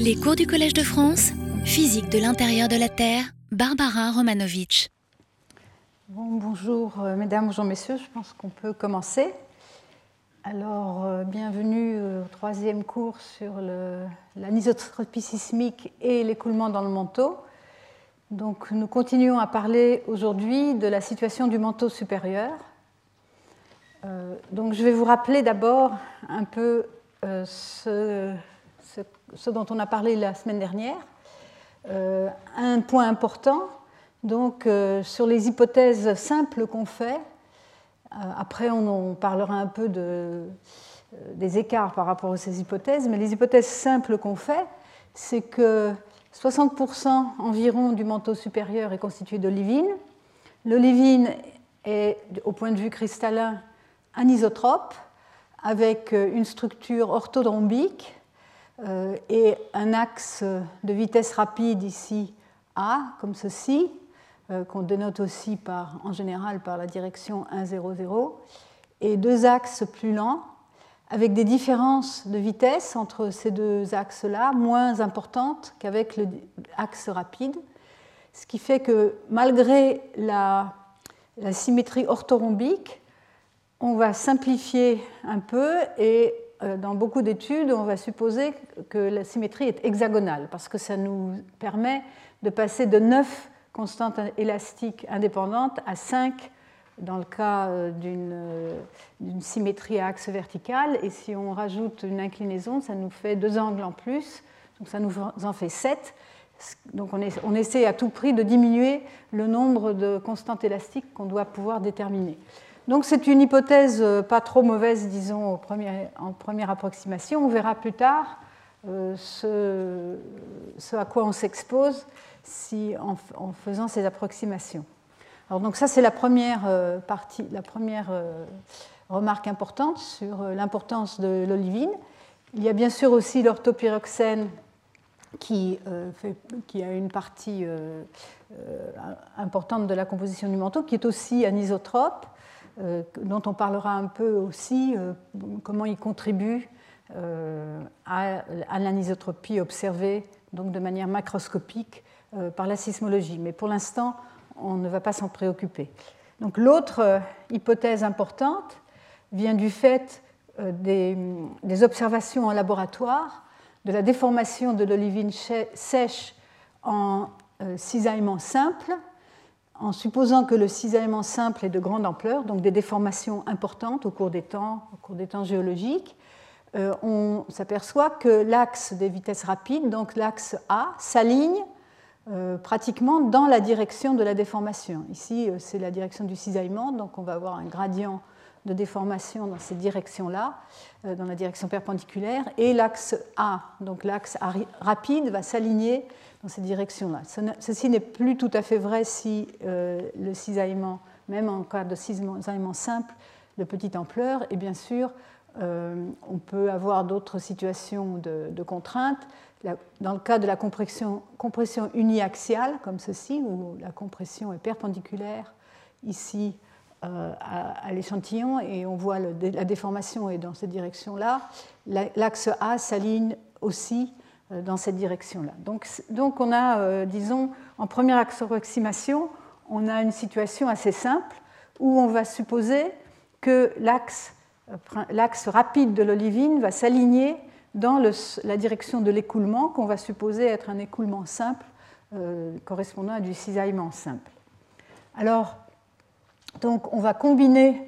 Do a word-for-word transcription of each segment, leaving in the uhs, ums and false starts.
Les cours du Collège de France, physique de l'intérieur de la Terre, Barbara Romanovitch. Bon, bonjour euh, mesdames, bonjour messieurs, je pense qu'on peut commencer. Alors, euh, bienvenue au troisième cours sur le, l'anisotropie sismique et l'écoulement dans le manteau. Donc, nous continuons à parler aujourd'hui de la situation du manteau supérieur. Euh, donc, je vais vous rappeler d'abord un peu euh, ce, ce, ce dont on a parlé la semaine dernière. Euh, un point important, donc, euh, sur les hypothèses simples qu'on fait. Euh, après, on, on parlera un peu de, euh, des écarts par rapport à ces hypothèses, mais les hypothèses simples qu'on fait, c'est que soixante pour cent environ du manteau supérieur est constitué d'olivine. L'olivine est, au point de vue cristallin, anisotrope, avec une structure orthodrombique euh, et un axe de vitesse rapide ici, A, comme ceci, euh, qu'on dénote aussi par, en général par la direction un zéro zéro, et deux axes plus lents, avec des différences de vitesse entre ces deux axes-là, moins importantes qu'avec l'axe rapide, ce qui fait que malgré la, la symétrie orthorhombique, on va simplifier un peu et euh, dans beaucoup d'études, on va supposer que la symétrie est hexagonale parce que ça nous permet de passer de neuf constantes élastiques indépendantes à cinq dans le cas d'une, d'une symétrie à axe vertical. Et si on rajoute une inclinaison, ça nous fait deux angles en plus, donc ça nous en fait sept. Donc on, est, on essaie à tout prix de diminuer le nombre de constantes élastiques qu'on doit pouvoir déterminer. Donc c'est une hypothèse pas trop mauvaise, disons, au premier, en première approximation. On verra plus tard euh, ce, ce à quoi on s'expose si, en, en faisant ces approximations. Alors donc ça c'est la première euh, partie, la première euh, remarque importante sur euh, l'importance de l'olivine. Il y a bien sûr aussi l'orthopyroxène qui, euh, fait, qui a une partie euh, euh, importante de la composition du manteau, qui est aussi anisotrope, euh, dont on parlera un peu aussi, euh, comment il contribue euh, à, à l'anisotropie observée donc de manière macroscopique euh, par la sismologie. Mais pour l'instant, on ne va pas s'en préoccuper. Donc, l'autre euh, hypothèse importante vient du fait euh, des, des observations en laboratoire de la déformation de l'olivine sèche en euh, cisaillement simple, en supposant que le cisaillement simple est de grande ampleur, donc des déformations importantes au cours des temps, au cours des temps géologiques. Euh, on s'aperçoit que l'axe des vitesses rapides, donc l'axe A, s'aligne euh, pratiquement dans la direction de la déformation. Ici, euh, c'est la direction du cisaillement, donc on va avoir un gradient de déformation dans cette direction-là, euh, dans la direction perpendiculaire, et l'axe A, donc l'axe rapide, va s'aligner dans cette direction-là. Ceci n'est plus tout à fait vrai si euh, le cisaillement, même en cas de cisaillement simple de petite ampleur, et bien sûr, euh, on peut avoir d'autres situations de, de contraintes. La, dans le cas de la compression, compression uniaxiale, comme ceci, où la compression est perpendiculaire ici euh, à, à l'échantillon, et on voit le, la déformation est dans cette direction-là, l'axe A s'aligne aussi dans cette direction-là. Donc, donc on a, euh, disons, en première approximation, on a une situation assez simple où on va supposer que l'axe, l'axe rapide de l'olivine va s'aligner dans le, la direction de l'écoulement, qu'on va supposer être un écoulement simple euh, correspondant à du cisaillement simple. Alors, donc, on va combiner...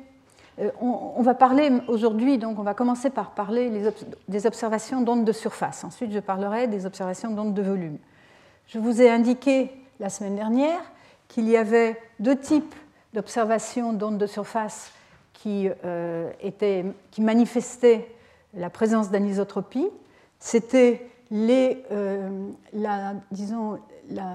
On va parler aujourd'hui, donc on va commencer par parler les ob- des observations d'ondes de surface. Ensuite, je parlerai des observations d'ondes de volume. Je vous ai indiqué la semaine dernière qu'il y avait deux types d'observations d'ondes de surface qui, euh, étaient, qui manifestaient la présence d'anisotropie. C'était les, euh, la, disons, la,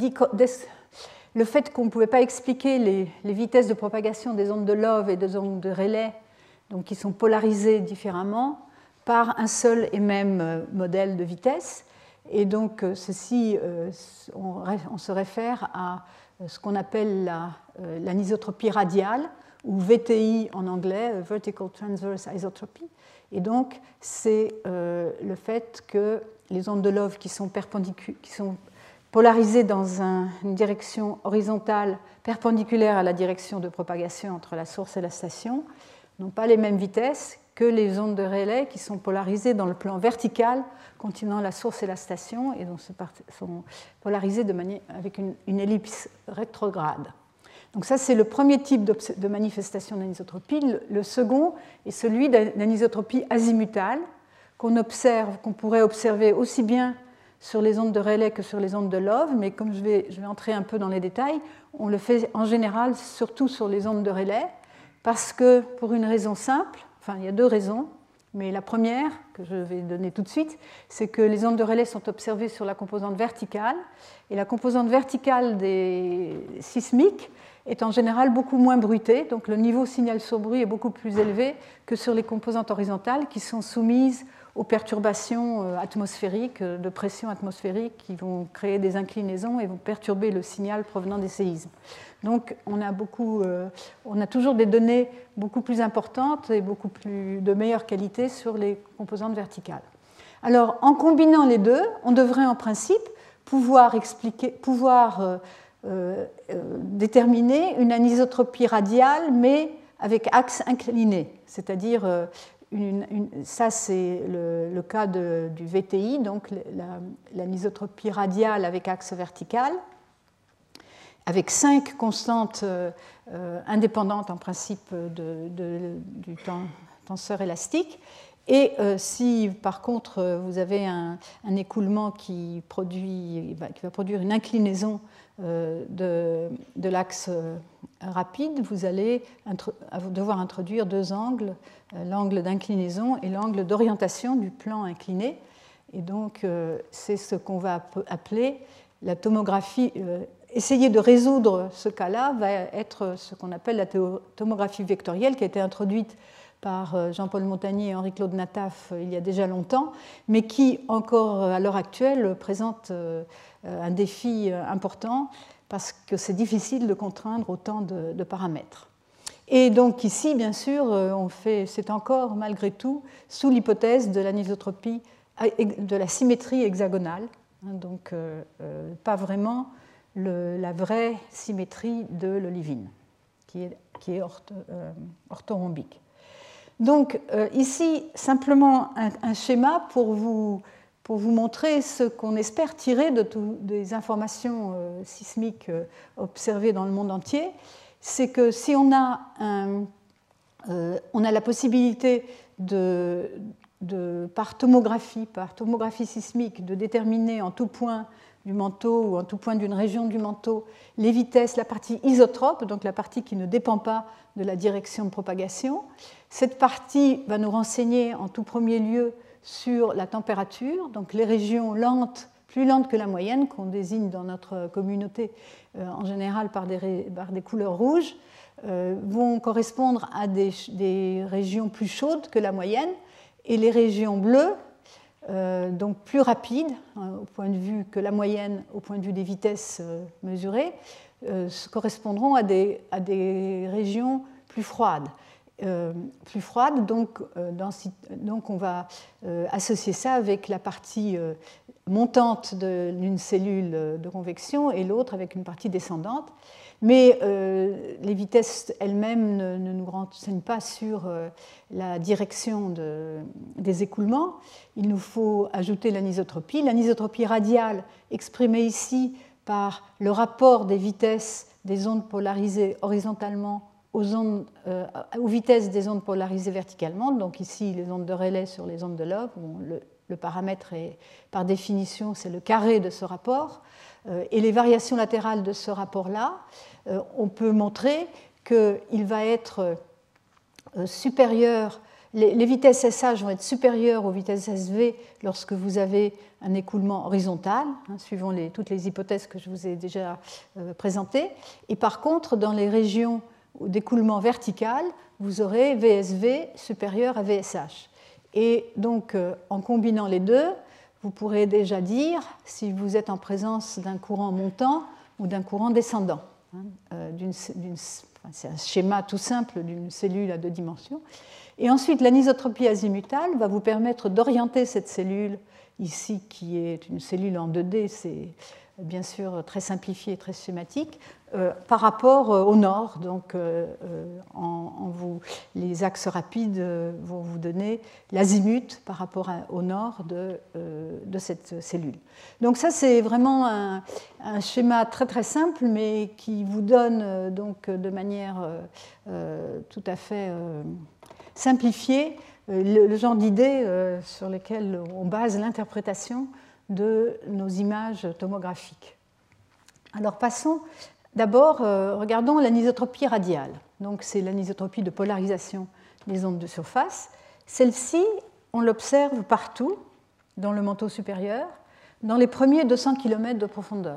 le fait qu'on ne pouvait pas expliquer les, les vitesses de propagation des ondes de Love et des ondes de Rayleigh, donc qui sont polarisées différemment, par un seul et même modèle de vitesse. Et donc, ceci, on, on se réfère à ce qu'on appelle la, l'anisotropie radiale, ou V T I en anglais, Vertical Transverse Isotropy. Et donc, c'est euh, le fait que les ondes de Love qui sont, qui sont polarisées dans un, une direction horizontale perpendiculaire à la direction de propagation entre la source et la station, n'ont pas les mêmes vitesses que les ondes de Rayleigh qui sont polarisées dans le plan vertical continuant la source et la station et donc sont polarisées de manière, avec une, une ellipse rétrograde. Donc ça, c'est le premier type de manifestation d'anisotropie. Le second est celui d'anisotropie azimutale qu'on observe, qu'on pourrait observer aussi bien sur les ondes de Rayleigh que sur les ondes de Love, mais comme je vais, je vais entrer un peu dans les détails, on le fait en général surtout sur les ondes de Rayleigh, parce que pour une raison simple, enfin il y a deux raisons, mais la première, que je vais donner tout de suite, c'est que les ondes de Rayleigh sont observées sur la composante verticale, et la composante verticale des sismiques est en général beaucoup moins bruitée, donc le niveau signal sur bruit est beaucoup plus élevé que sur les composantes horizontales qui sont soumises aux perturbations atmosphériques, de pression atmosphérique qui vont créer des inclinaisons et vont perturber le signal provenant des séismes. Donc on a, beaucoup, euh, on a toujours des données beaucoup plus importantes et beaucoup plus de meilleure qualité sur les composantes verticales. Alors en combinant les deux, on devrait en principe pouvoir, expliquer, pouvoir euh, euh, déterminer une anisotropie radiale mais avec axe incliné, c'est-à-dire euh, Une, une, ça, c'est le, le cas de, du V T I, donc l'anisotropie la, radiale avec axe vertical, avec cinq constantes euh, indépendantes en principe de, de, du tenseur élastique. Et euh, si par contre vous avez un, un écoulement qui, produit, qui va produire une inclinaison euh, de, de l'axe rapide, vous allez intro, devoir introduire deux angles, euh, l'angle d'inclinaison et l'angle d'orientation du plan incliné. Et donc euh, c'est ce qu'on va appeler la tomographie. Euh, essayer de résoudre ce cas-là va être ce qu'on appelle la tomographie vectorielle, qui a été introduite par Jean-Paul Montagnier et Henri-Claude Nataf il y a déjà longtemps, mais qui, encore à l'heure actuelle, présente un défi important parce que c'est difficile de contraindre autant de, de paramètres. Et donc ici, bien sûr, on fait, c'est encore, malgré tout, sous l'hypothèse de l'anisotropie, de la symétrie hexagonale, hein, donc euh, pas vraiment le, la vraie symétrie de l'olivine, qui est, qui est ortho, euh, orthorhombique. Donc euh, ici, simplement un, un schéma pour vous, pour vous montrer ce qu'on espère tirer de tout, des informations euh, sismiques euh, observées dans le monde entier. C'est que si on a, un, euh, on a la possibilité de, de, par tomographie, par tomographie sismique, de déterminer en tout point du manteau ou en tout point d'une région du manteau les vitesses, la partie isotrope, donc la partie qui ne dépend pas de la direction de propagation. Cette partie va nous renseigner en tout premier lieu sur la température, donc les régions lentes, plus lentes que la moyenne, qu'on désigne dans notre communauté euh, en général par des, par des couleurs rouges, euh, vont correspondre à des, des régions plus chaudes que la moyenne, et les régions bleues, Euh, donc plus rapide hein, au point de vue que la moyenne, au point de vue des vitesses euh, mesurées, euh, correspondront à des, à des régions plus froides. Euh, plus froides, donc, euh, dans, donc on va euh, associer ça avec la partie euh, montante d'une cellule de convection et l'autre avec une partie descendante. Mais euh, les vitesses elles-mêmes ne, ne nous renseignent pas sur euh, la direction de, des écoulements. Il nous faut ajouter l'anisotropie. L'anisotropie radiale, exprimée ici par le rapport des vitesses des ondes polarisées horizontalement aux, ondes, euh, aux vitesses des ondes polarisées verticalement. Donc ici, les ondes de Rayleigh sur les ondes de Love. Bon, le, le paramètre est, par définition, c'est le carré de ce rapport. Euh, et les variations latérales de ce rapport-là, euh, on peut montrer qu'il va être euh, supérieur, les, les vitesses S H vont être supérieures aux vitesses S V lorsque vous avez un écoulement horizontal, hein, suivant les, toutes les hypothèses que je vous ai déjà euh, présentées. Et par contre, dans les régions d'écoulement vertical, vous aurez V S V supérieur à V S H. Et donc, euh, en combinant les deux, vous pourrez déjà dire si vous êtes en présence d'un courant montant ou d'un courant descendant. Hein, euh, d'une, d'une, enfin, c'est un schéma tout simple d'une cellule à deux dimensions. Et ensuite, l'anisotropie azimutale va vous permettre d'orienter cette cellule ici qui est une cellule en deux D, c'est bien sûr très simplifié, très schématique, euh, par rapport au nord. Donc, euh, en, en vous, les axes rapides vont vous donner l'azimut par rapport à, au nord de, euh, de cette cellule. Donc ça, c'est vraiment un, un schéma très très simple, mais qui vous donne euh, donc de manière euh, tout à fait euh, simplifiée le, le genre d'idées euh, sur lesquelles on base l'interprétation de nos images tomographiques. Alors passons d'abord, euh, regardons l'anisotropie radiale. Donc c'est l'anisotropie de polarisation des ondes de surface. Celle-ci, on l'observe partout, dans le manteau supérieur, dans les premiers deux cents kilomètres de profondeur.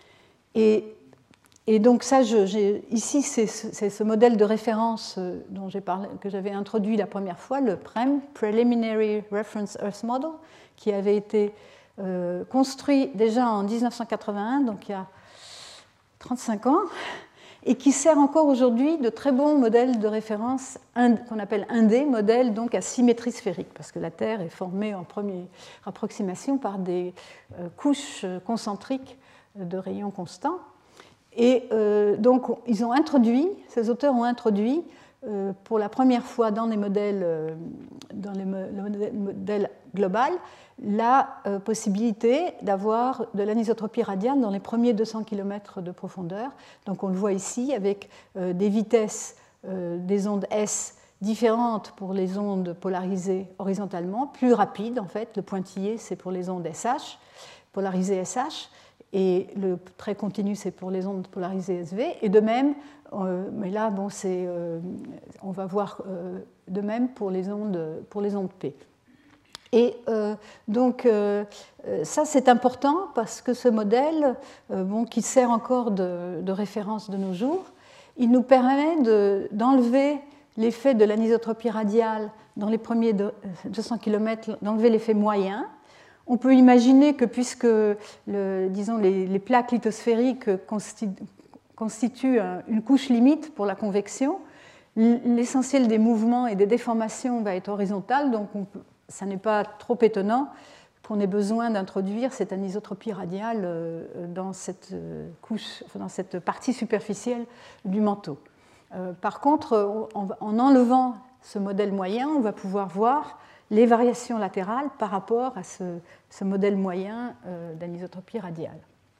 Et, et donc ça, je, ici, c'est ce modèle de référence dont j'ai parlé, que j'avais introduit la première fois, le P R E M, Preliminary Reference Earth Model, qui avait été Euh, construit déjà en mille neuf cent quatre-vingt-un, donc il y a trente-cinq ans, et qui sert encore aujourd'hui de très bon modèle de référence qu'on appelle un D, modèle donc à symétrie sphérique, parce que la Terre est formée en première approximation par des euh, couches concentriques de rayons constants. Et euh, donc ils ont introduit, ces auteurs ont introduit euh, pour la première fois dans les modèles, euh, dans les mo le modèle global, la euh, possibilité d'avoir de l'anisotropie radiale dans les premiers deux cents kilomètres de profondeur. Donc on le voit ici avec euh, des vitesses euh, des ondes S différentes pour les ondes polarisées horizontalement, plus rapides en fait. Le pointillé, c'est pour les ondes S H, polarisées S H, et le trait continu, c'est pour les ondes polarisées S V. Et de même, euh, mais là, bon, c'est, euh, on va voir euh, de même pour les ondes, pour les ondes P. Et euh, donc euh, ça c'est important parce que ce modèle, euh, bon, qui sert encore de, de référence de nos jours, il nous permet de, d'enlever l'effet de l'anisotropie radiale dans les premiers deux cents kilomètres, d'enlever l'effet moyen. On peut imaginer que puisque le, disons, les, les plaques lithosphériques constituent, constituent une couche limite pour la convection, l'essentiel des mouvements et des déformations va être horizontal, donc on peut, ça n'est pas trop étonnant qu'on ait besoin d'introduire cette anisotropie radiale dans cette couche, dans cette partie superficielle du manteau. Par contre, en enlevant ce modèle moyen, on va pouvoir voir les variations latérales par rapport à ce, ce modèle moyen d'anisotropie radiale.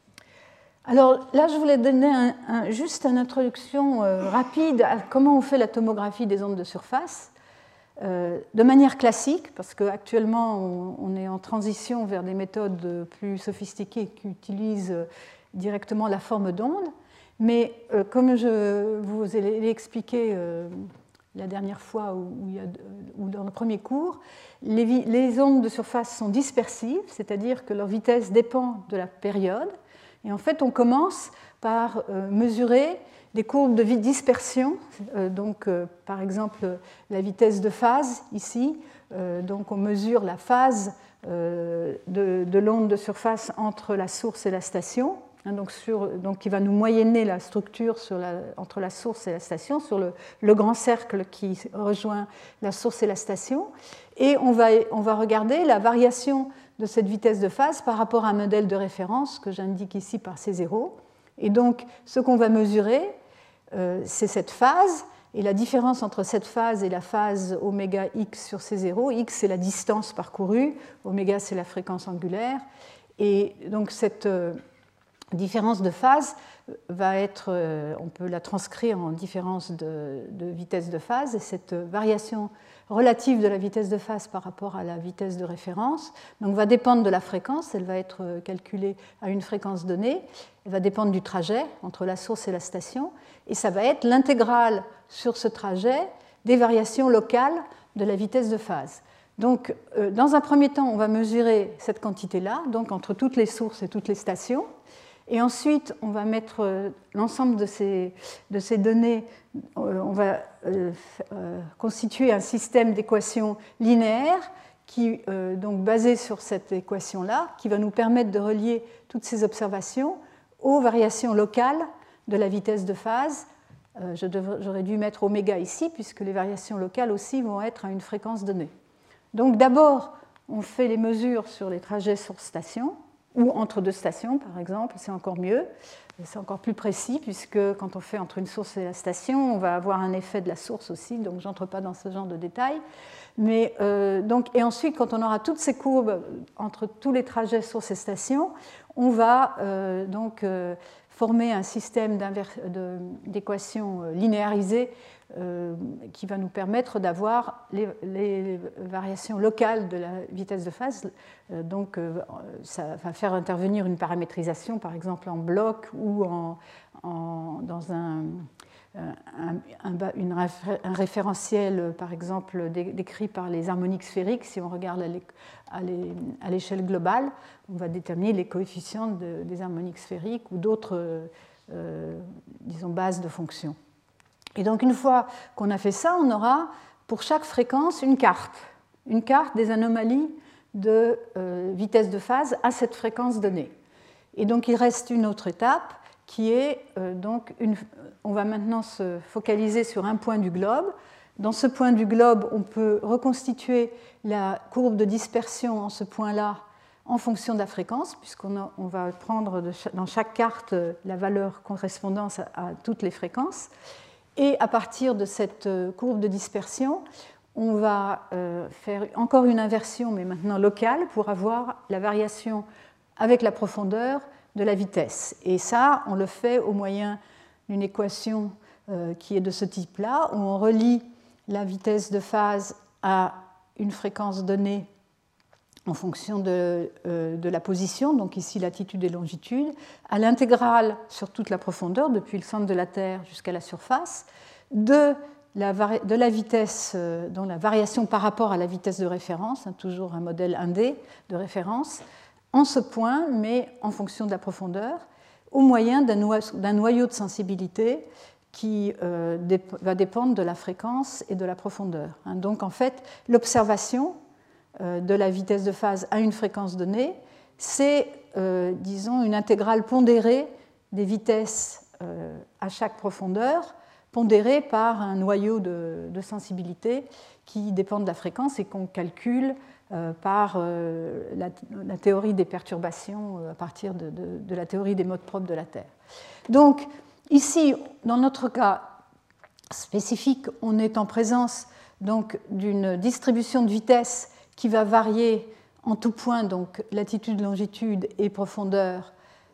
Alors là, je voulais donner un, un, juste une introduction rapide à comment on fait la tomographie des ondes de surface. De manière classique, parce qu'actuellement on est en transition vers des méthodes plus sophistiquées qui utilisent directement la forme d'onde, mais comme je vous l'ai expliqué la dernière fois ou, il y a, ou dans le premier cours, les, les ondes de surface sont dispersives, c'est-à-dire que leur vitesse dépend de la période, et en fait on commence par mesurer des courbes de dispersion, euh, donc euh, par exemple la vitesse de phase ici, euh, donc on mesure la phase euh, de, de l'onde de surface entre la source et la station, hein, donc, sur, donc qui va nous moyenner la structure sur la, entre la source et la station, sur le, le grand cercle qui rejoint la source et la station, et on va, on va regarder la variation de cette vitesse de phase par rapport à un modèle de référence que j'indique ici par C zéro. Et donc, ce qu'on va mesurer, euh, c'est cette phase, et la différence entre cette phase et la phase oméga x sur C zéro, x c'est la distance parcourue, oméga c'est la fréquence angulaire, et donc cette euh, différence de phase va être, euh, on peut la transcrire en différence de, de vitesse de phase, et cette variation relative de la vitesse de phase par rapport à la vitesse de référence donc, va dépendre de la fréquence, elle va être calculée à une fréquence donnée, elle va dépendre du trajet entre la source et la station, et ça va être l'intégrale sur ce trajet des variations locales de la vitesse de phase. Donc, euh, dans un premier temps, on va mesurer cette quantité-là, donc entre toutes les sources et toutes les stations. Et ensuite, on va mettre l'ensemble de ces, de ces données, on va euh, euh, constituer un système d'équations linéaires qui, euh, donc basé sur cette équation-là, qui va nous permettre de relier toutes ces observations aux variations locales de la vitesse de phase. Euh, j'aurais dû mettre oméga ici, puisque les variations locales aussi vont être à une fréquence donnée. Donc d'abord, on fait les mesures sur les trajets source-station, ou entre deux stations, par exemple, c'est encore mieux. C'est encore plus précis, puisque quand on fait entre une source et la station, on va avoir un effet de la source aussi, donc je n'entre pas dans ce genre de détails. Mais, euh, donc, et ensuite, quand on aura toutes ces courbes entre tous les trajets source et station, on va euh, donc euh, former un système d'équations linéarisées euh, qui va nous permettre d'avoir les, les variations locales de la vitesse de phase. Euh, donc, euh, ça va faire intervenir une paramétrisation, par exemple en bloc ou en, en, dans un, un, un, une, un référentiel, par exemple, décrit par les harmoniques sphériques. Si on regarde à l'échelle globale, on va déterminer les coefficients de, des harmoniques sphériques ou d'autres, euh, disons, bases de fonctions. Et donc, une fois qu'on a fait ça, on aura pour chaque fréquence une carte, une carte des anomalies de euh, vitesse de phase à cette fréquence donnée. Et donc, il reste une autre étape qui est, euh, donc, une, on va maintenant se focaliser sur un point du globe. Dans ce point du globe, on peut reconstituer la courbe de dispersion en ce point-là en fonction de la fréquence, puisqu'on on va prendre de chaque, dans chaque carte la valeur correspondant à, à toutes les fréquences. Et à partir de cette courbe de dispersion, on va faire encore une inversion, mais maintenant locale, pour avoir la variation avec la profondeur de la vitesse. Et ça, on le fait au moyen d'une équation qui est de ce type-là, où on relie la vitesse de phase à une fréquence donnée en fonction de, euh, de la position, donc ici latitude et longitude, à l'intégrale sur toute la profondeur, depuis le centre de la Terre jusqu'à la surface, de la, de la vitesse, euh, dont la variation par rapport à la vitesse de référence, hein, toujours un modèle un D de référence, en ce point, mais en fonction de la profondeur, au moyen d'un noyau, d'un noyau de sensibilité qui euh, dép- va dépendre de la fréquence et de la profondeur. Hein. Donc en fait, l'observation de la vitesse de phase à une fréquence donnée, c'est, euh, disons, une intégrale pondérée des vitesses euh, à chaque profondeur, pondérée par un noyau de, de sensibilité qui dépend de la fréquence et qu'on calcule euh, par euh, la, la théorie des perturbations à partir de, de, de la théorie des modes propres de la Terre. Donc, ici, dans notre cas spécifique, on est en présence donc d'une distribution de vitesse qui va varier en tout point, donc latitude, longitude et profondeur,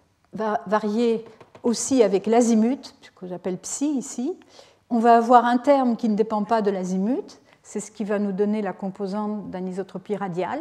va varier aussi avec l'azimut, que j'appelle psi ici. On va avoir un terme qui ne dépend pas de l'azimut, c'est ce qui va nous donner la composante d'anisotropie radiale,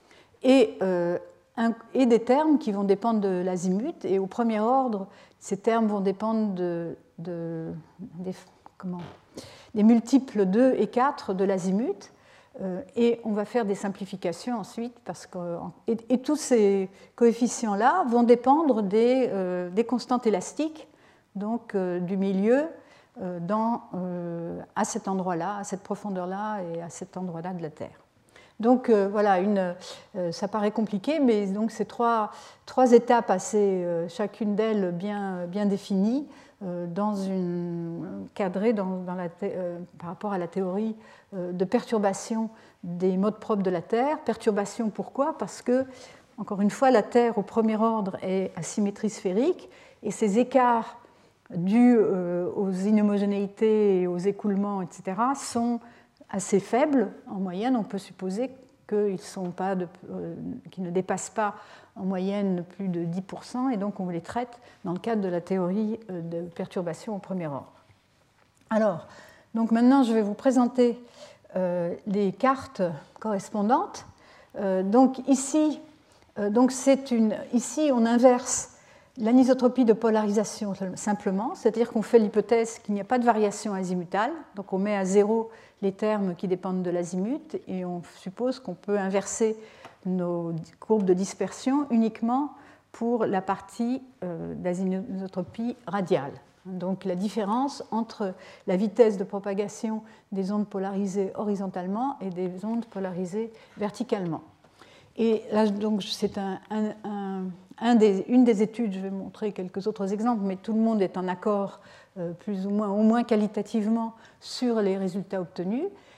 et, euh, un, et des termes qui vont dépendre de l'azimut, et au premier ordre, ces termes vont dépendre de, de, des, comment, des multiples deux et quatre de l'azimut. Et on va faire des simplifications ensuite, parce que, et, et tous ces coefficients-là vont dépendre des, euh, des constantes élastiques, donc euh, du milieu euh, dans, euh, à cet endroit-là, à cette profondeur-là et à cet endroit-là de la Terre. Donc euh, voilà, une, euh, ça paraît compliqué, mais donc ces trois, trois étapes assez, euh, chacune d'elles bien, bien définies, euh, dans une cadrée dans, dans la, euh, par rapport à la théorie euh, de perturbation des modes propres de la Terre. Perturbation, pourquoi ? Parce que, encore une fois, la Terre au premier ordre est à symétrie sphérique, et ces écarts dus euh, aux inhomogénéités et aux écoulements, et cetera, sont assez faibles en moyenne. On peut supposer qu'ils, sont pas de, euh, qu'ils ne dépassent pas en moyenne plus de dix pour cent, et donc on les traite dans le cadre de la théorie de perturbation au premier ordre. Alors, donc maintenant je vais vous présenter euh, les cartes correspondantes. Euh, donc ici, euh, donc c'est une, ici on inverse l'anisotropie de polarisation simplement, c'est-à-dire qu'on fait l'hypothèse qu'il n'y a pas de variation azimutale, donc on met à zéro les termes qui dépendent de l'azimut et on suppose qu'on peut inverser nos courbes de dispersion uniquement pour la partie euh, d'anisotropie radiale. Donc la différence entre la vitesse de propagation des ondes polarisées horizontalement et des ondes polarisées verticalement. Et là, donc, c'est un, un, un, un des, une des études, je vais montrer quelques autres exemples, mais tout le monde est en accord, euh, plus ou moins, au moins qualitativement, sur les résultats obtenus.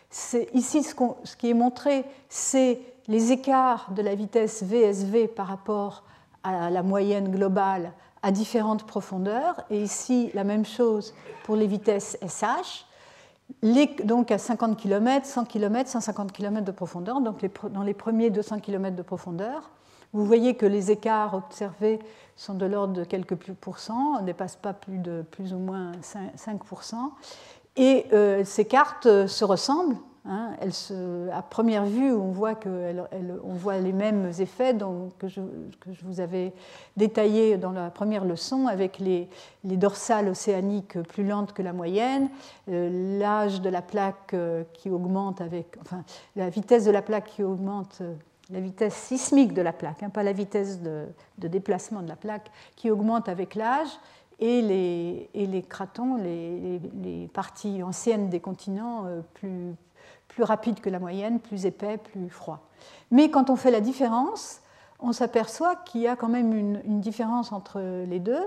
Ici, ce, qu'on, ce qui est montré, c'est les écarts de la vitesse V S V par rapport à la moyenne globale à différentes profondeurs. Et ici, la même chose pour les vitesses S H, les, donc à cinquante kilomètres, cent kilomètres, cent cinquante kilomètres de profondeur, donc les, dans les premiers deux cents kilomètres de profondeur. Vous voyez que les écarts observés sont de l'ordre de quelques pourcents, on ne dépasse pas plus de plus ou moins cinq pour cent. Et euh, ces cartes se ressemblent. Hein, elles se, à première vue, on voit, que elles, elles, on voit les mêmes effets donc, que, je, que je vous avais détaillés dans la première leçon, avec les, les dorsales océaniques plus lentes que la moyenne, euh, l'âge de la plaque euh, qui augmente avec, enfin, la vitesse de la plaque qui augmente, euh, la vitesse sismique de la plaque, hein, pas la vitesse de, de déplacement de la plaque, qui augmente avec l'âge. Et les, et les cratons, les, les, les parties anciennes des continents euh, plus, plus rapides que la moyenne, plus épais, plus froids. Mais quand on fait la différence, on s'aperçoit qu'il y a quand même une, une différence entre les deux.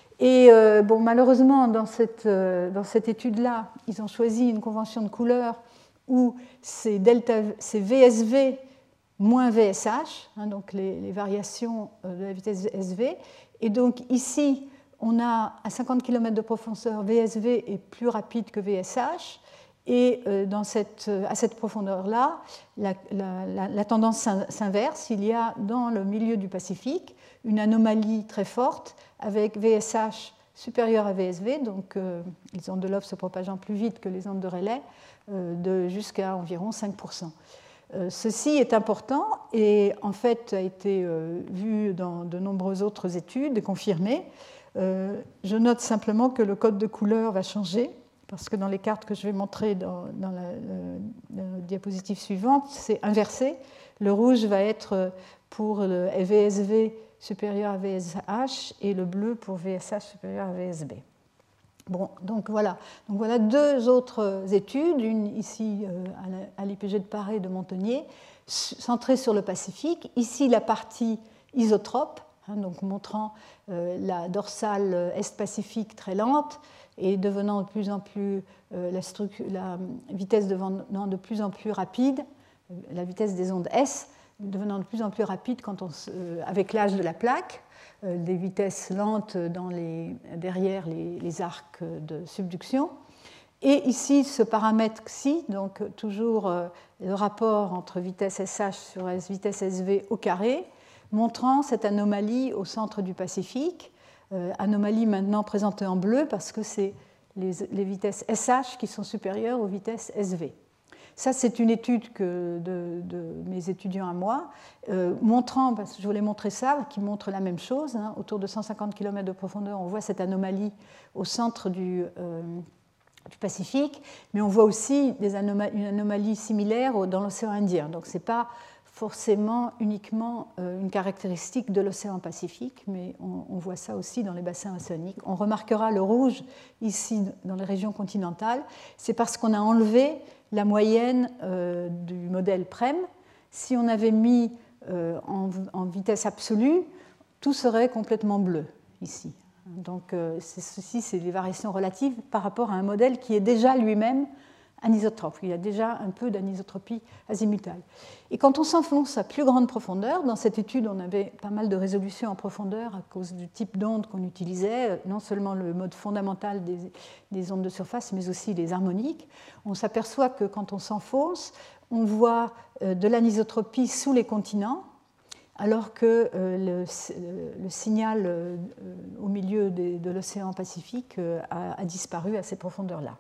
Et euh, bon, malheureusement, dans cette, euh, dans cette étude-là, ils ont choisi une convention de couleur où c'est, delta, c'est V S V moins V S H, hein, donc les, les variations de la vitesse S V. Et donc ici, on a à cinquante kilomètres de profondeur, V S V est plus rapide que V S H, et dans cette, à cette profondeur-là, la, la, la tendance s'inverse. Il y a dans le milieu du Pacifique une anomalie très forte avec V S H supérieur à V S V, donc euh, les ondes de Love se propageant plus vite que les ondes de Rayleigh, euh, de jusqu'à environ cinq pour cent. Euh, ceci est important et en fait a été euh, vu dans de nombreuses autres études et confirmé. Euh, je note simplement que le code de couleur va changer, parce que dans les cartes que je vais montrer dans, dans la, la, la diapositive suivante, c'est inversé. Le rouge va être pour le V S V supérieur à V S H et le bleu pour V S H supérieur à V S B. Bon, donc voilà. Donc voilà deux autres études, une ici euh, à l'I P G de Paris de Montagnier, centrée sur le Pacifique. Ici, la partie isotrope, donc montrant euh, la dorsale est-pacifique très lente et devenant de plus en plus, euh, la, la vitesse devenant de plus en plus rapide, la vitesse des ondes S devenant de plus en plus rapide quand on, euh, avec l'âge de la plaque, euh, des vitesses lentes dans les, derrière les, les arcs de subduction. Et ici, ce paramètre xi, donc toujours euh, le rapport entre vitesse S H sur vitesse S V au carré, montrant cette anomalie au centre du Pacifique, euh, anomalie maintenant présentée en bleu parce que c'est les, les vitesses S H qui sont supérieures aux vitesses S V. Ça, c'est une étude que de, de mes étudiants à moi, euh, montrant, parce que je voulais montrer ça, qui montre la même chose, hein, autour de cent cinquante kilomètres de profondeur, on voit cette anomalie au centre du, euh, du Pacifique, mais on voit aussi des anoma- une anomalie similaire dans l'océan Indien. Donc, ce n'est pas forcément uniquement une caractéristique de l'océan Pacifique, mais on, on voit ça aussi dans les bassins océaniques. On remarquera le rouge ici dans les régions continentales, c'est parce qu'on a enlevé la moyenne euh, du modèle Prem. Si on avait mis euh, en, en vitesse absolue, tout serait complètement bleu ici. Donc euh, c'est, ceci, c'est des variations relatives par rapport à un modèle qui est déjà lui-même anisotrope. Il y a déjà un peu d'anisotropie azimutale. Et quand on s'enfonce à plus grande profondeur, dans cette étude, on avait pas mal de résolution en profondeur à cause du type d'onde qu'on utilisait, non seulement le mode fondamental des, des ondes de surface, mais aussi les harmoniques. On s'aperçoit que quand on s'enfonce, on voit de l'anisotropie sous les continents, alors que le, le signal au milieu de, de l'océan Pacifique a, a disparu à ces profondeurs-là.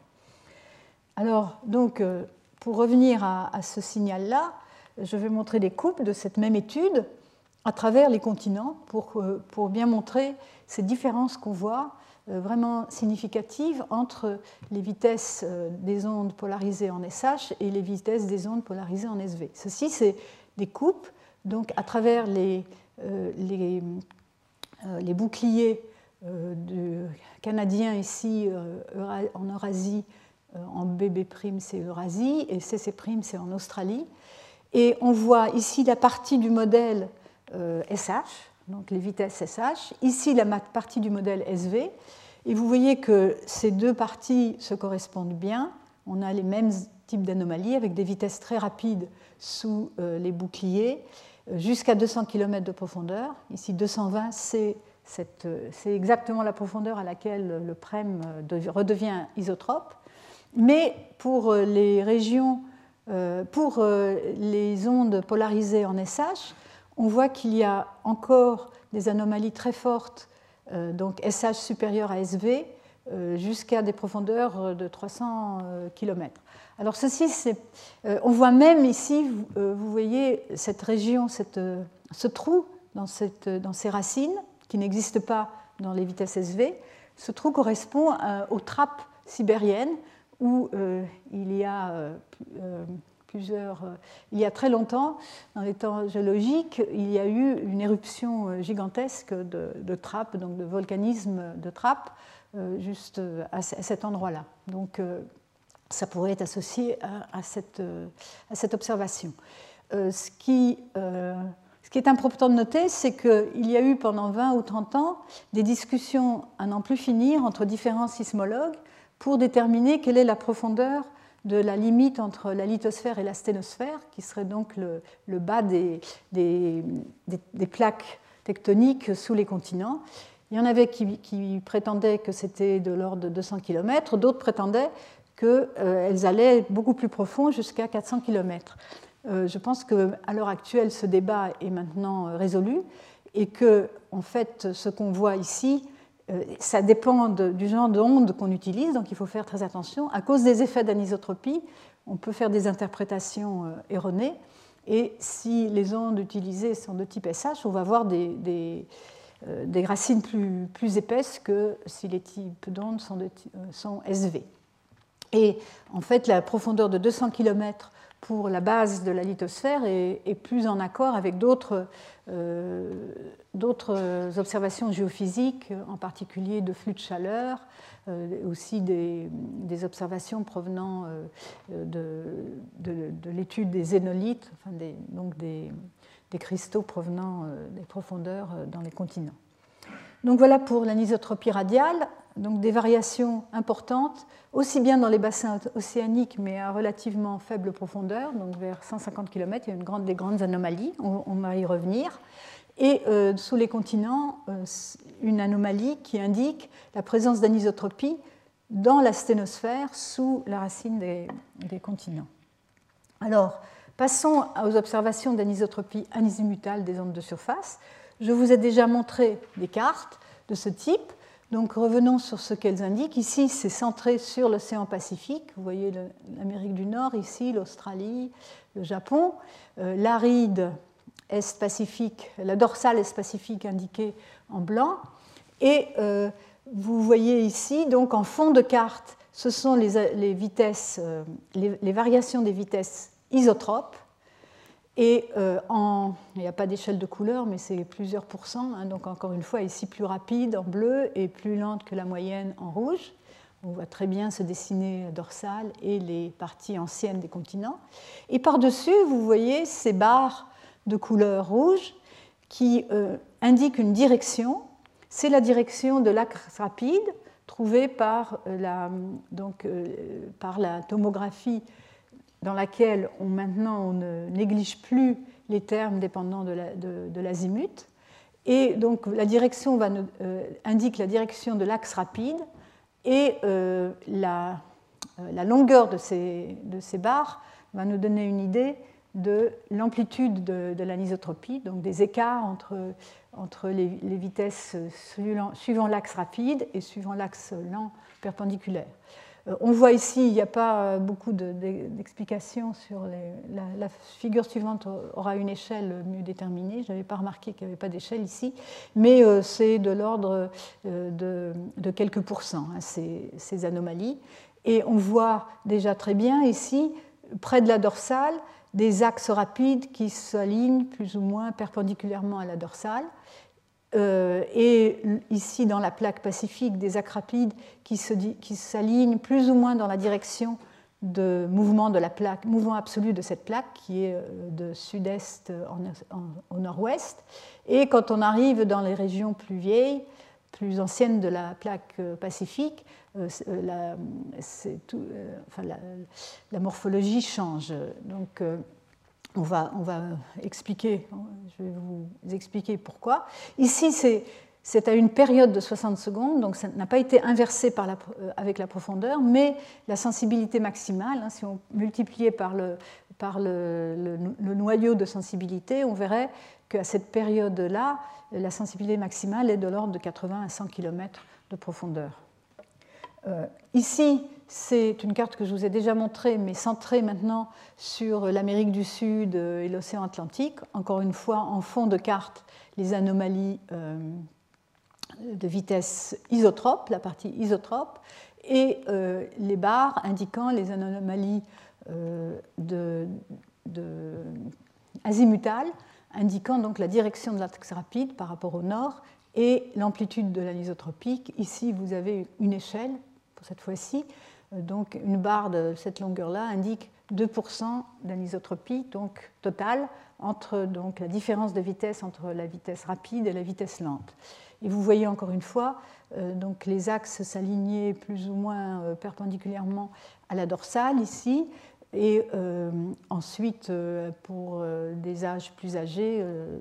Alors, donc, pour revenir à, à ce signal-là, je vais montrer des coupes de cette même étude à travers les continents pour, pour bien montrer ces différences qu'on voit vraiment significatives entre les vitesses des ondes polarisées en S H et les vitesses des ondes polarisées en S V. Ceci, c'est des coupes donc, à travers les, euh, les, euh, les boucliers euh, de, canadiens ici euh, en Eurasie. En B B', c'est Eurasie, et C C', c'est en Australie. Et on voit ici la partie du modèle euh, S H, donc les vitesses S H, ici la partie du modèle S V, et vous voyez que ces deux parties se correspondent bien. On a les mêmes type d'anomalie avec des vitesses très rapides sous euh, les boucliers, jusqu'à deux cents kilomètres de profondeur. Ici, deux cent vingt, c'est, cette, c'est exactement la profondeur à laquelle le P R E M redevient isotrope. Mais pour les régions, euh, pour les ondes polarisées en S H, on voit qu'il y a encore des anomalies très fortes, euh, donc S H supérieur à S V, euh, jusqu'à des profondeurs de trois cents kilomètres. Alors ceci, c'est, euh, on voit même ici, vous, euh, vous voyez cette région, cette, euh, ce trou dans, cette, dans ces racines, qui n'existe pas dans les vitesses S V. Ce trou correspond à, aux trappes sibériennes, où euh, il y a euh, plusieurs... Euh, il y a très longtemps, dans les temps géologiques, il y a eu une éruption gigantesque de, de trappes, donc de volcanisme de trappes, euh, juste à, à cet endroit-là. Donc, euh, ça pourrait être associé à, à, cette, à cette observation. Euh, ce, qui, euh, ce qui est important de noter, c'est qu'il y a eu pendant vingt ou trente ans des discussions à n'en plus finir entre différents sismologues pour déterminer quelle est la profondeur de la limite entre la lithosphère et la sténosphère, qui serait donc le, le bas des, des, des, des plaques tectoniques sous les continents. Il y en avait qui, qui prétendaient que c'était de l'ordre de deux cents kilomètres, d'autres prétendaient qu'elles euh, allaient beaucoup plus profond, jusqu'à quatre cents kilomètres. Euh, je pense qu'à l'heure actuelle, ce débat est maintenant résolu et que, en fait, ce qu'on voit ici, euh, ça dépend de, du genre d'onde qu'on utilise, donc il faut faire très attention. À cause des effets d'anisotropie, on peut faire des interprétations euh, erronées, et si les ondes utilisées sont de type S H, on va avoir des, des, euh, des racines plus, plus épaisses que si les types d'ondes sont, de, euh, sont S V. Et en fait, la profondeur de deux cents kilomètres pour la base de la lithosphère est, est plus en accord avec d'autres, euh, d'autres observations géophysiques, en particulier de flux de chaleur, euh, aussi des, des observations provenant euh, de, de, de l'étude des zénolithes, enfin des, donc des, des cristaux provenant euh, des profondeurs dans les continents. Donc voilà pour l'anisotropie radiale, donc des variations importantes, aussi bien dans les bassins océaniques, mais à relativement faible profondeur, donc vers cent cinquante kilomètres, il y a une grande, des grandes anomalies, on, on va y revenir. Et euh, sous les continents, euh, une anomalie qui indique la présence d'anisotropie dans la sténosphère sous la racine des, des continents. Alors, passons aux observations d'anisotropie azimutale des ondes de surface. Je vous ai déjà montré des cartes de ce type, donc revenons sur ce qu'elles indiquent. Ici, c'est centré sur l'océan Pacifique, vous voyez l'Amérique du Nord, ici l'Australie, le Japon, euh, l'aride Est-Pacifique, la dorsale Est-Pacifique indiquée en blanc, et euh, vous voyez ici, donc en fond de carte, ce sont les, les vitesses, euh, les, les variations des vitesses isotropes. Et euh, en, il n'y a pas d'échelle de couleur, mais c'est plusieurs pourcents, hein, donc encore une fois, ici plus rapide en bleu et plus lente que la moyenne en rouge. On voit très bien se dessiner la dorsale et les parties anciennes des continents. Et par-dessus, vous voyez ces barres de couleur rouge qui euh, indiquent une direction. C'est la direction de l'axe rapide trouvée par la, donc, euh, par la tomographie, dans laquelle on, maintenant on ne néglige plus les termes dépendant de, la, de, de l'azimut. Et donc la direction va, euh, indique la direction de l'axe rapide, et euh, la, euh, la longueur de ces, de ces barres va nous donner une idée de l'amplitude de, de l'anisotropie, donc des écarts entre, entre les, les vitesses suivant, suivant l'axe rapide et suivant l'axe lent perpendiculaire. On voit ici, il n'y a pas beaucoup de, de, d'explications sur les, la, la figure suivante aura une échelle mieux déterminée. Je n'avais pas remarqué qu'il n'y avait pas d'échelle ici, mais euh, c'est de l'ordre euh, de, de quelques pourcents, hein, ces, ces anomalies. Et on voit déjà très bien ici, près de la dorsale, des axes rapides qui s'alignent plus ou moins perpendiculairement à la dorsale. Euh, et ici, dans la plaque pacifique, des axes rapides qui, se, qui s'alignent plus ou moins dans la direction de mouvement de la plaque, mouvement absolu de cette plaque, qui est de sud-est en, en, au nord-ouest. Et quand on arrive dans les régions plus vieilles, plus ancienne de la plaque pacifique, euh, la, tout, euh, enfin, la, la morphologie change. Donc, euh, on, va, on va expliquer, je vais vous expliquer pourquoi. Ici, c'est, c'est à une période de soixante secondes, donc ça n'a pas été inversé par la, avec la profondeur, mais la sensibilité maximale, hein, si on multipliait par, le, par le, le, le noyau de sensibilité, on verrait qu'à cette période-là, la sensibilité maximale est de l'ordre de quatre-vingts à cent kilomètres de profondeur. Euh, ici, c'est une carte que je vous ai déjà montrée, mais centrée maintenant sur l'Amérique du Sud et l'océan Atlantique. Encore une fois, en fond de carte, les anomalies euh, de vitesse isotrope, la partie isotrope, et euh, les barres indiquant les anomalies euh, de, de, azimutales, indiquant donc la direction de l'axe rapide par rapport au nord et l'amplitude de l'anisotropique. Ici, vous avez une échelle, pour cette fois-ci, donc une barre de cette longueur-là indique deux pour cent d'anisotropie, donc totale, entre donc, la différence de vitesse entre la vitesse rapide et la vitesse lente. Et vous voyez encore une fois euh, donc les axes s'aligner plus ou moins euh, perpendiculairement à la dorsale ici. Et euh, ensuite, euh, pour euh, des âges plus âgés, euh,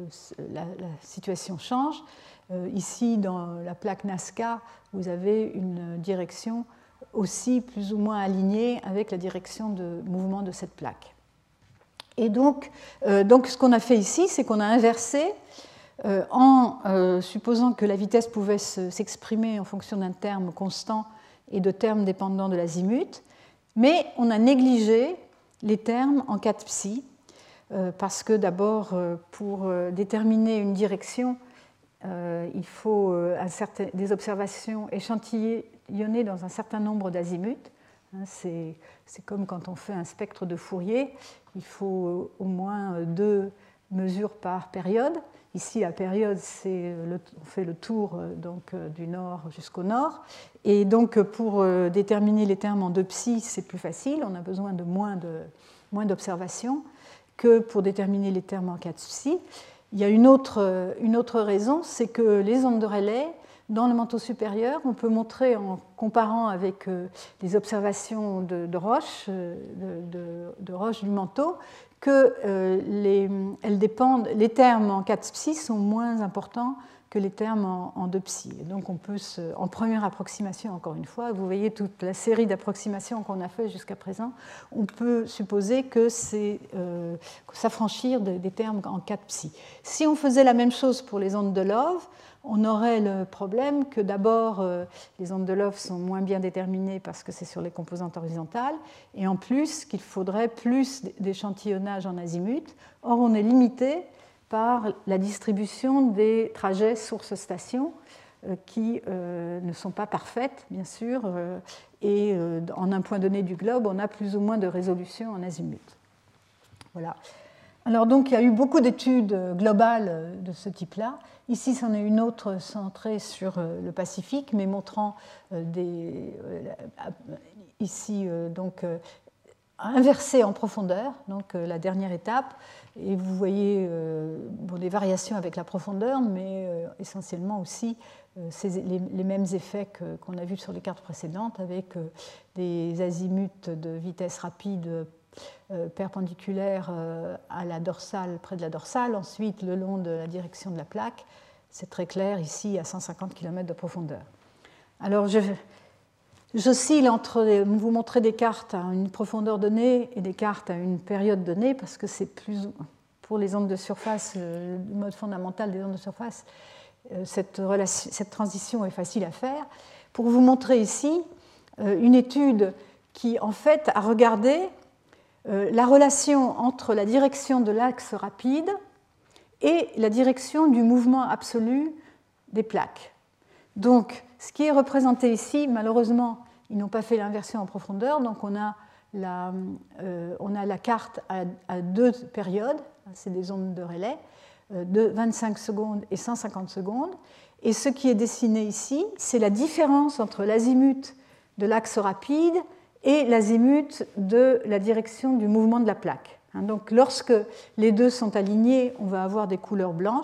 la, la situation change. Euh, ici, dans la plaque Nazca, vous avez une direction aussi plus ou moins alignée avec la direction de mouvement de cette plaque. Et donc, euh, donc ce qu'on a fait ici, c'est qu'on a inversé euh, en euh, supposant que la vitesse pouvait se, s'exprimer en fonction d'un terme constant et de termes dépendants de l'azimut. Mais on a négligé les termes en quatre psi, euh, parce que d'abord, euh, pour euh, déterminer une direction, euh, il faut euh, un certain, des observations échantillonnées dans un certain nombre d'azimuts. Hein, c'est, c'est comme quand on fait un spectre de Fourier, il faut euh, au moins deux mesures par période. Ici, la période, c'est le, on fait le tour donc, du nord jusqu'au nord. Et donc, pour déterminer les termes en deux psi, c'est plus facile. On a besoin de moins, de, moins d'observations que pour déterminer les termes en quatre psi. Il y a une autre, une autre raison, c'est que les ondes de Rayleigh, dans le manteau supérieur, on peut montrer, en comparant avec les observations de, de roches, de, de, de roches du manteau, que euh, les, elles dépendent, les termes en quatre psi sont moins importants que les termes en, en deux psi. Et donc on peut, se, en première approximation, encore une fois, vous voyez toute la série d'approximations qu'on a fait jusqu'à présent, on peut supposer que c'est euh, s'affranchir des, des termes en quatre psi. Si on faisait la même chose pour les ondes de Love, on aurait le problème que d'abord, euh, les ondes de Love sont moins bien déterminées parce que c'est sur les composantes horizontales, et en plus qu'il faudrait plus d'échantillonnage en azimut. Or, on est limité par la distribution des trajets source-station euh, qui euh, ne sont pas parfaites, bien sûr, euh, et euh, en un point donné du globe, on a plus ou moins de résolution en azimut. Voilà. Alors donc, il y a eu beaucoup d'études globales de ce type-là. Ici, c'en est une autre centrée sur le Pacifique, mais montrant des, ici donc inversé en profondeur, donc la dernière étape. Et vous voyez bon, des variations avec la profondeur, mais essentiellement aussi les, les mêmes effets que, qu'on a vus sur les cartes précédentes, avec des azimuts de vitesse rapide Euh, perpendiculaire euh, à la dorsale, près de la dorsale, ensuite le long de la direction de la plaque. C'est très clair ici à cent cinquante kilomètres de profondeur. Alors je, j'oscille entre vous montrer des cartes à une profondeur donnée et des cartes à une période donnée, parce que c'est plus pour les ondes de surface, le mode fondamental des ondes de surface, euh, cette, relation, cette transition est facile à faire. Pour vous montrer ici euh, une étude qui en fait a regardé Euh, la relation entre la direction de l'axe rapide et la direction du mouvement absolu des plaques. Donc, ce qui est représenté ici, malheureusement, ils n'ont pas fait l'inversion en profondeur, donc on a la, euh, on a la carte à, à deux périodes, c'est des ondes de Rayleigh, euh, de vingt-cinq secondes et cent cinquante secondes, et ce qui est dessiné ici, c'est la différence entre l'azimut de l'axe rapide et l'azimut de la direction du mouvement de la plaque. Donc, lorsque les deux sont alignés, on va avoir des couleurs blanches,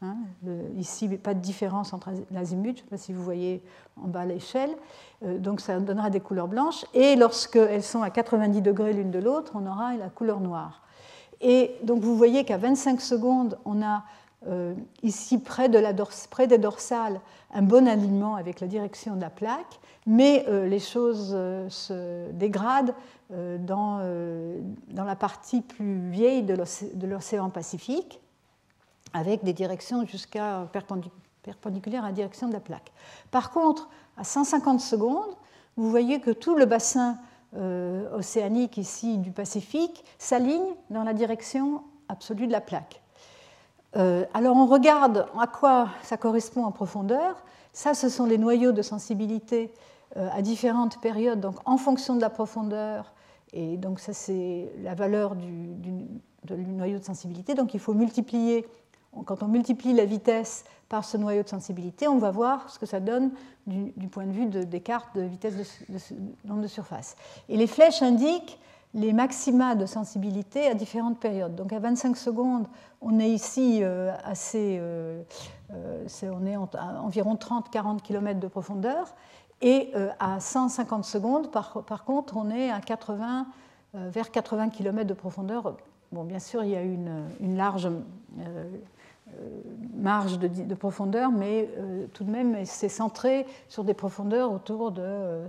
Hein, le, ici, pas de différence entre l'azimut, je ne sais pas si vous voyez en bas l'échelle, euh, donc ça donnera des couleurs blanches, et lorsqu'elles sont à quatre-vingt-dix degrés l'une de l'autre, on aura la couleur noire. Et donc vous voyez qu'à vingt-cinq secondes, on a euh, ici près, de la dors près des dorsales un bon alignement avec la direction de la plaque, mais euh, les choses euh, se dégradent euh, dans, euh, dans la partie plus vieille de l'océan Pacifique, avec des directions jusqu'à perpendiculaires à la direction de la plaque. Par contre, à cent cinquante secondes, vous voyez que tout le bassin euh, océanique ici du Pacifique s'aligne dans la direction absolue de la plaque. Euh, alors on regarde à quoi ça correspond en profondeur. Ça, ce sont les noyaux de sensibilité euh, à différentes périodes, donc en fonction de la profondeur. Et donc ça, c'est la valeur du, du, du noyau de sensibilité. Donc il faut multiplier. Quand on multiplie la vitesse par ce noyau de sensibilité, on va voir ce que ça donne du, du point de vue de, des cartes de vitesse de, de, d'onde de surface. Et les flèches indiquent les maxima de sensibilité à différentes périodes. Donc à vingt-cinq secondes, on est ici euh, assez, euh, euh, c'est, on est à environ trente à quarante kilomètres de profondeur, et euh, à cent cinquante secondes, par, par contre, on est à quatre-vingts, euh, vers quatre-vingts kilomètres de profondeur. Bon, bien sûr, il y a une, une large euh, marge de, de profondeur, mais euh, tout de même, c'est centré sur des profondeurs autour de, euh,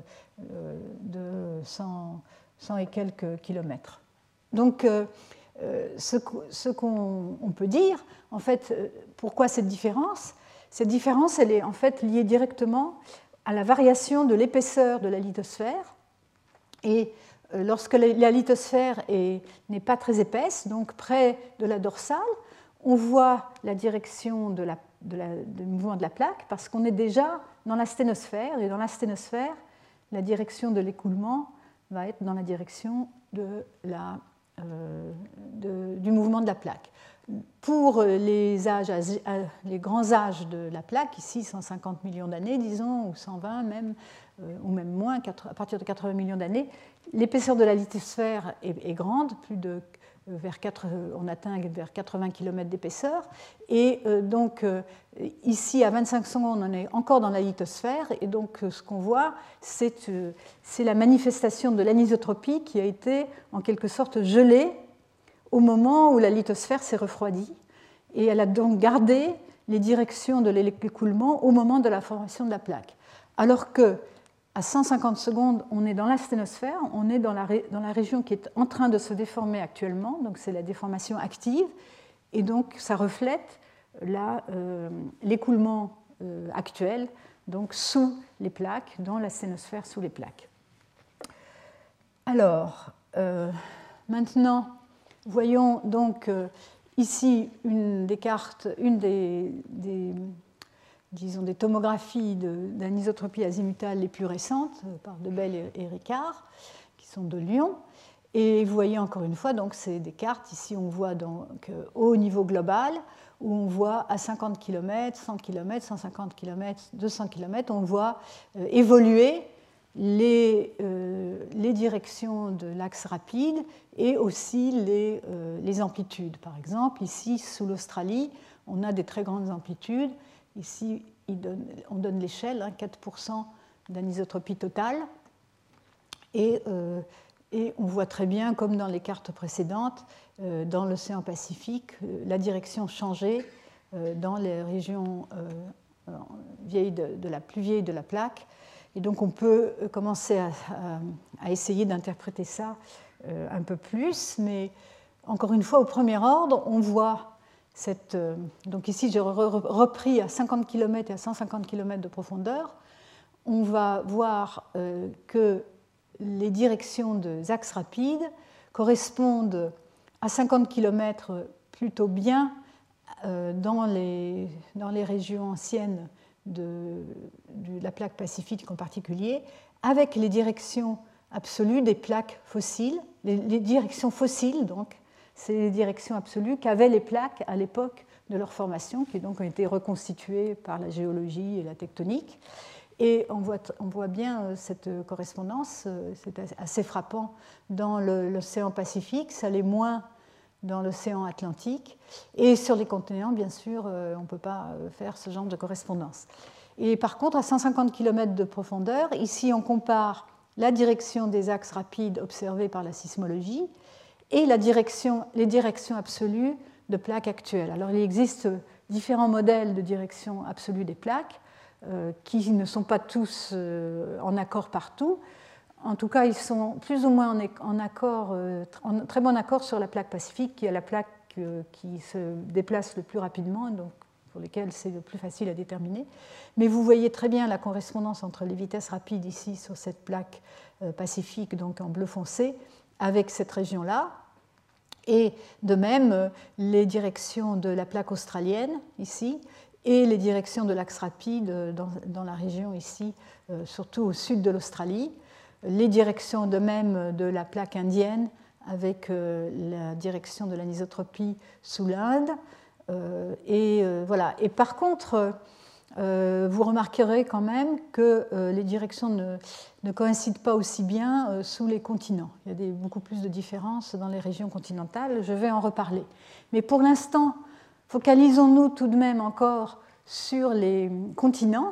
de cent, cent et quelques kilomètres. Donc, euh, ce, ce qu'on on peut dire, en fait, pourquoi cette différence? Cette différence, elle est en fait liée directement à la variation de l'épaisseur de la lithosphère. Et euh, lorsque la, la lithosphère n'est pas très épaisse, donc près de la dorsale, on voit la direction de la, de la, du mouvement de la plaque parce qu'on est déjà dans la sténosphère, et dans la sténosphère, la direction de l'écoulement va être dans la direction de la, euh, de, du mouvement de la plaque. Pour les, âges, les grands âges de la plaque, ici cent cinquante millions d'années, disons, ou cent vingt même, euh, ou même moins, à partir de quatre-vingts millions d'années, l'épaisseur de la lithosphère est, est grande, plus de Vers quatre, on atteint vers quatre-vingts kilomètres d'épaisseur. Et euh, donc, euh, ici, à vingt-cinq secondes, on est encore dans la lithosphère. Et donc, euh, ce qu'on voit, c'est euh, la manifestation de l'anisotropie qui a été, en quelque sorte, gelée au moment où la lithosphère s'est refroidie. Et elle a donc gardé les directions de l'écoulement au moment de la formation de la plaque. Alors que, à cent cinquante secondes, on est dans la sténosphère, on est dans la, dans la région qui est en train de se déformer actuellement, donc c'est la déformation active, et donc ça reflète euh, l'écoulement euh, actuel, donc sous les plaques, dans la sténosphère sous les plaques. Alors, euh, maintenant, voyons donc euh, ici une des cartes, une des, des disons, des tomographies d'anisotropie azimutale les plus récentes, par Debelle et Ricard, qui sont de Lyon. Et vous voyez encore une fois, donc c'est des cartes, ici on voit donc au niveau global, où on voit à cinquante kilomètres, cent kilomètres, cent cinquante kilomètres, deux cents kilomètres, on voit euh, évoluer les, euh, les directions de l'axe rapide et aussi les, euh, les amplitudes. Par exemple, ici, sous l'Australie, on a des très grandes amplitudes. Ici, il donne, on donne l'échelle, hein, quatre pour cent d'anisotropie totale. Et, euh, et on voit très bien, comme dans les cartes précédentes, euh, dans l'océan Pacifique, euh, la direction changer euh, dans les régions euh, vieilles de, de la plus vieille de la plaque. Et donc on peut commencer à, à, à essayer d'interpréter ça euh, un peu plus. Mais encore une fois, au premier ordre, on voit... Cette, donc ici, j'ai repris à cinquante kilomètres et à cent cinquante kilomètres de profondeur. On va voir euh, que les directions des axes rapides correspondent à cinquante kilomètres plutôt bien euh, dans, les, dans les régions anciennes de, de la plaque pacifique en particulier, avec les directions absolues des plaques fossiles, les, les directions fossiles donc, c'est les directions absolues qu'avaient les plaques à l'époque de leur formation, qui donc ont été reconstituées par la géologie et la tectonique. Et on voit, on voit bien cette correspondance, c'est assez frappant dans l'océan Pacifique, ça l'est moins dans l'océan Atlantique. Et sur les continents, bien sûr, on ne peut pas faire ce genre de correspondance. Et par contre, à cent cinquante kilomètres de profondeur, ici on compare la direction des axes rapides observés par la sismologie et la direction, les directions absolues de plaques actuelles. Alors il existe différents modèles de direction absolue des plaques euh, qui ne sont pas tous euh, en accord partout. En tout cas, ils sont plus ou moins en, accord, en très bon accord sur la plaque pacifique, qui est la plaque qui se déplace le plus rapidement, donc pour lesquelles c'est le plus facile à déterminer. Mais vous voyez très bien la correspondance entre les vitesses rapides ici sur cette plaque pacifique, donc en bleu foncé, avec cette région-là. Et de même, les directions de la plaque australienne ici et les directions de l'axe rapide dans, dans la région ici, surtout au sud de l'Australie. Les directions de même de la plaque indienne avec euh, la direction de l'anisotropie sous l'Inde. Euh, et, euh, voilà. Et par contre, euh, vous remarquerez quand même que euh, les directions ne, ne coïncident pas aussi bien euh, sous les continents. Il y a des, beaucoup plus de différences dans les régions continentales. Je vais en reparler. Mais pour l'instant, focalisons-nous tout de même encore sur les continents.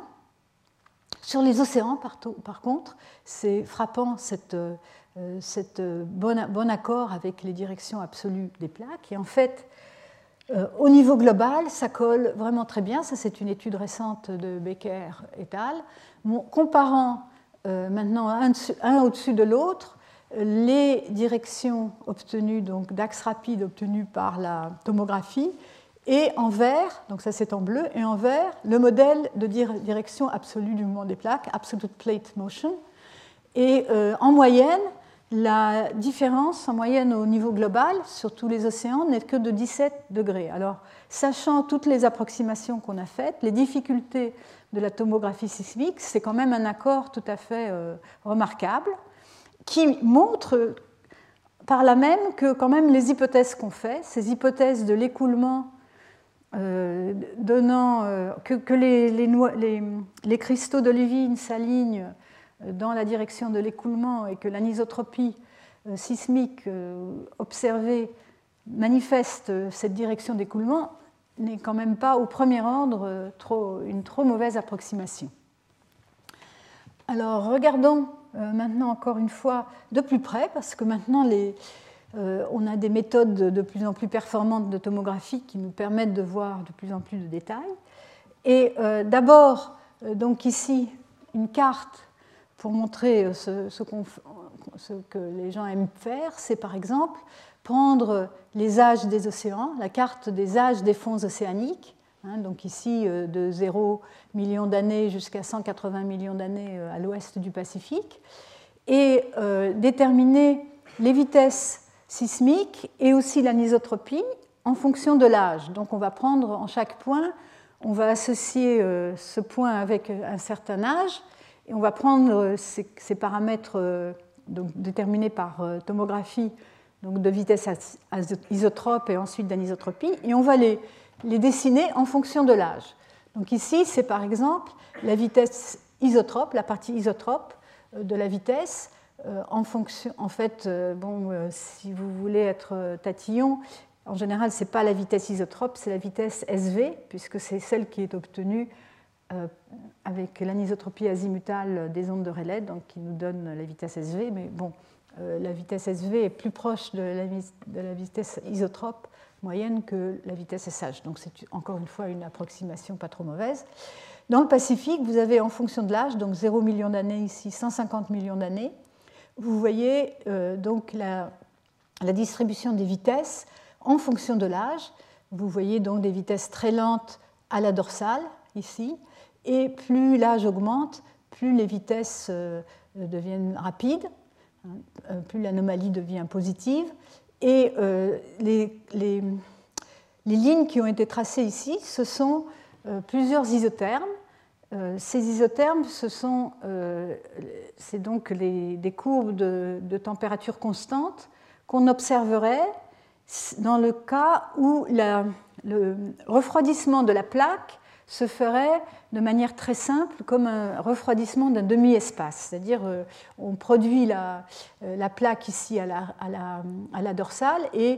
Sur les océans, par, par contre, c'est frappant cette, euh, cette bon, bon accord avec les directions absolues des plaques. Et en fait, euh, au niveau global, ça colle vraiment très bien. Ça, c'est une étude récente de Becker et al. Bon, comparant euh, maintenant un, un au-dessus de l'autre, les directions obtenues, donc d'axes rapides obtenues par la tomographie, et en vert, donc ça c'est en bleu, et en vert, le modèle de direction absolue du mouvement des plaques, Absolute Plate Motion. Et euh, en moyenne, la différence en moyenne au niveau global sur tous les océans n'est que de dix-sept degrés. Alors, sachant toutes les approximations qu'on a faites, les difficultés de la tomographie sismique, c'est quand même un accord tout à fait euh, remarquable, qui montre par là même que quand même les hypothèses qu'on fait, ces hypothèses de l'écoulement Euh, donnant euh, que, que les, les, les, les cristaux d'olivine s'alignent dans la direction de l'écoulement et que l'anisotropie euh, sismique euh, observée manifeste cette direction d'écoulement n'est quand même pas au premier ordre euh, trop, une trop mauvaise approximation. Alors regardons euh, maintenant encore une fois de plus près, parce que maintenant les Euh, on a des méthodes de plus en plus performantes de tomographie qui nous permettent de voir de plus en plus de détails. Et euh, d'abord, euh, donc ici, une carte pour montrer ce, ce, qu'on, ce que les gens aiment faire, c'est par exemple prendre les âges des océans, la carte des âges des fonds océaniques, hein, donc ici euh, de zéro million d'années jusqu'à cent quatre-vingts millions d'années à l'ouest du Pacifique, et euh, déterminer les vitesses sismique et aussi l'anisotropie en fonction de l'âge. Donc on va prendre en chaque point, on va associer euh, ce point avec un certain âge et on va prendre ces, ces paramètres euh, donc, déterminés par euh, tomographie donc de vitesse isotrope et ensuite d'anisotropie et on va les, les dessiner en fonction de l'âge. Donc ici c'est par exemple la vitesse isotrope, la partie isotrope euh, de la vitesse. En fonction, en fait, bon, si vous voulez être tatillon, en général, ce n'est pas la vitesse isotrope, c'est la vitesse S V, puisque c'est celle qui est obtenue avec l'anisotropie azimutale des ondes de Rayleigh, donc qui nous donne la vitesse S V. Mais bon, la vitesse S V est plus proche de la, de la vitesse isotrope moyenne que la vitesse S H. Donc c'est encore une fois une approximation pas trop mauvaise. Dans le Pacifique, vous avez en fonction de l'âge, donc zéro million d'années ici, cent cinquante millions d'années. Vous voyez euh, donc la, la distribution des vitesses en fonction de l'âge. Vous voyez donc des vitesses très lentes à la dorsale, ici, et plus l'âge augmente, plus les vitesses euh, deviennent rapides, hein, plus l'anomalie devient positive. Et euh, les, les, les lignes qui ont été tracées ici, ce sont euh, plusieurs isothermes. Euh, ces isothermes, ce sont euh, c'est donc les, des courbes de, de température constante qu'on observerait dans le cas où la, le refroidissement de la plaque se ferait de manière très simple comme un refroidissement d'un demi-espace. C'est-à-dire euh, on produit la, la plaque ici à la, à, la, à la dorsale et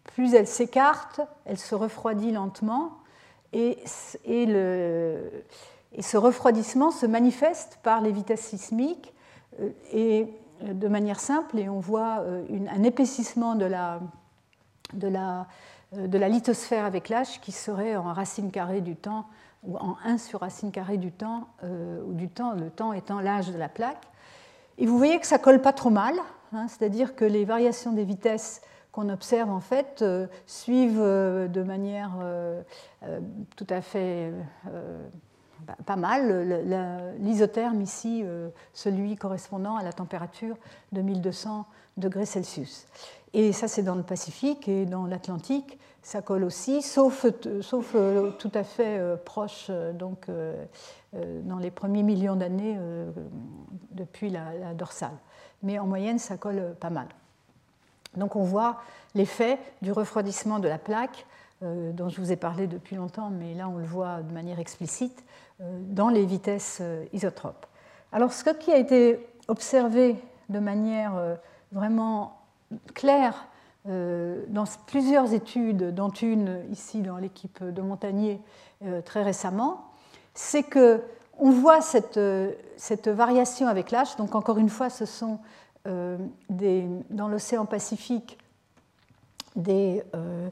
plus elle s'écarte, elle se refroidit lentement, et, et, le, et ce refroidissement se manifeste par les vitesses sismiques, et de manière simple, et on voit une, un épaississement de la, de, la, de la lithosphère avec l'âge qui serait en racine carrée du temps, ou en un sur racine carrée du temps, euh, ou du temps, le temps étant l'âge de la plaque. Et vous voyez que ça ne colle pas trop mal, hein, c'est-à-dire que les variations des vitesses qu'on observe en fait euh, suivent euh, de manière euh, euh, tout à fait euh, pas mal l'isotherme ici, euh, celui correspondant à la température de mille deux cents degrés Celsius. Et ça c'est dans le Pacifique, et dans l'Atlantique ça colle aussi, sauf, sauf euh, tout à fait euh, proche, euh, donc euh, euh, dans les premiers millions d'années euh, depuis la, la dorsale. Mais en moyenne ça colle pas mal. Donc on voit l'effet du refroidissement de la plaque, euh, dont je vous ai parlé depuis longtemps, mais là on le voit de manière explicite, euh, dans les vitesses euh, isotropes. Alors ce qui a été observé de manière euh, vraiment claire euh, dans plusieurs études, dont une ici dans l'équipe de Montagnier euh, très récemment, c'est qu'on voit cette, cette variation avec l'âge. Donc encore une fois, ce sont euh, des, dans l'océan Pacifique des, euh,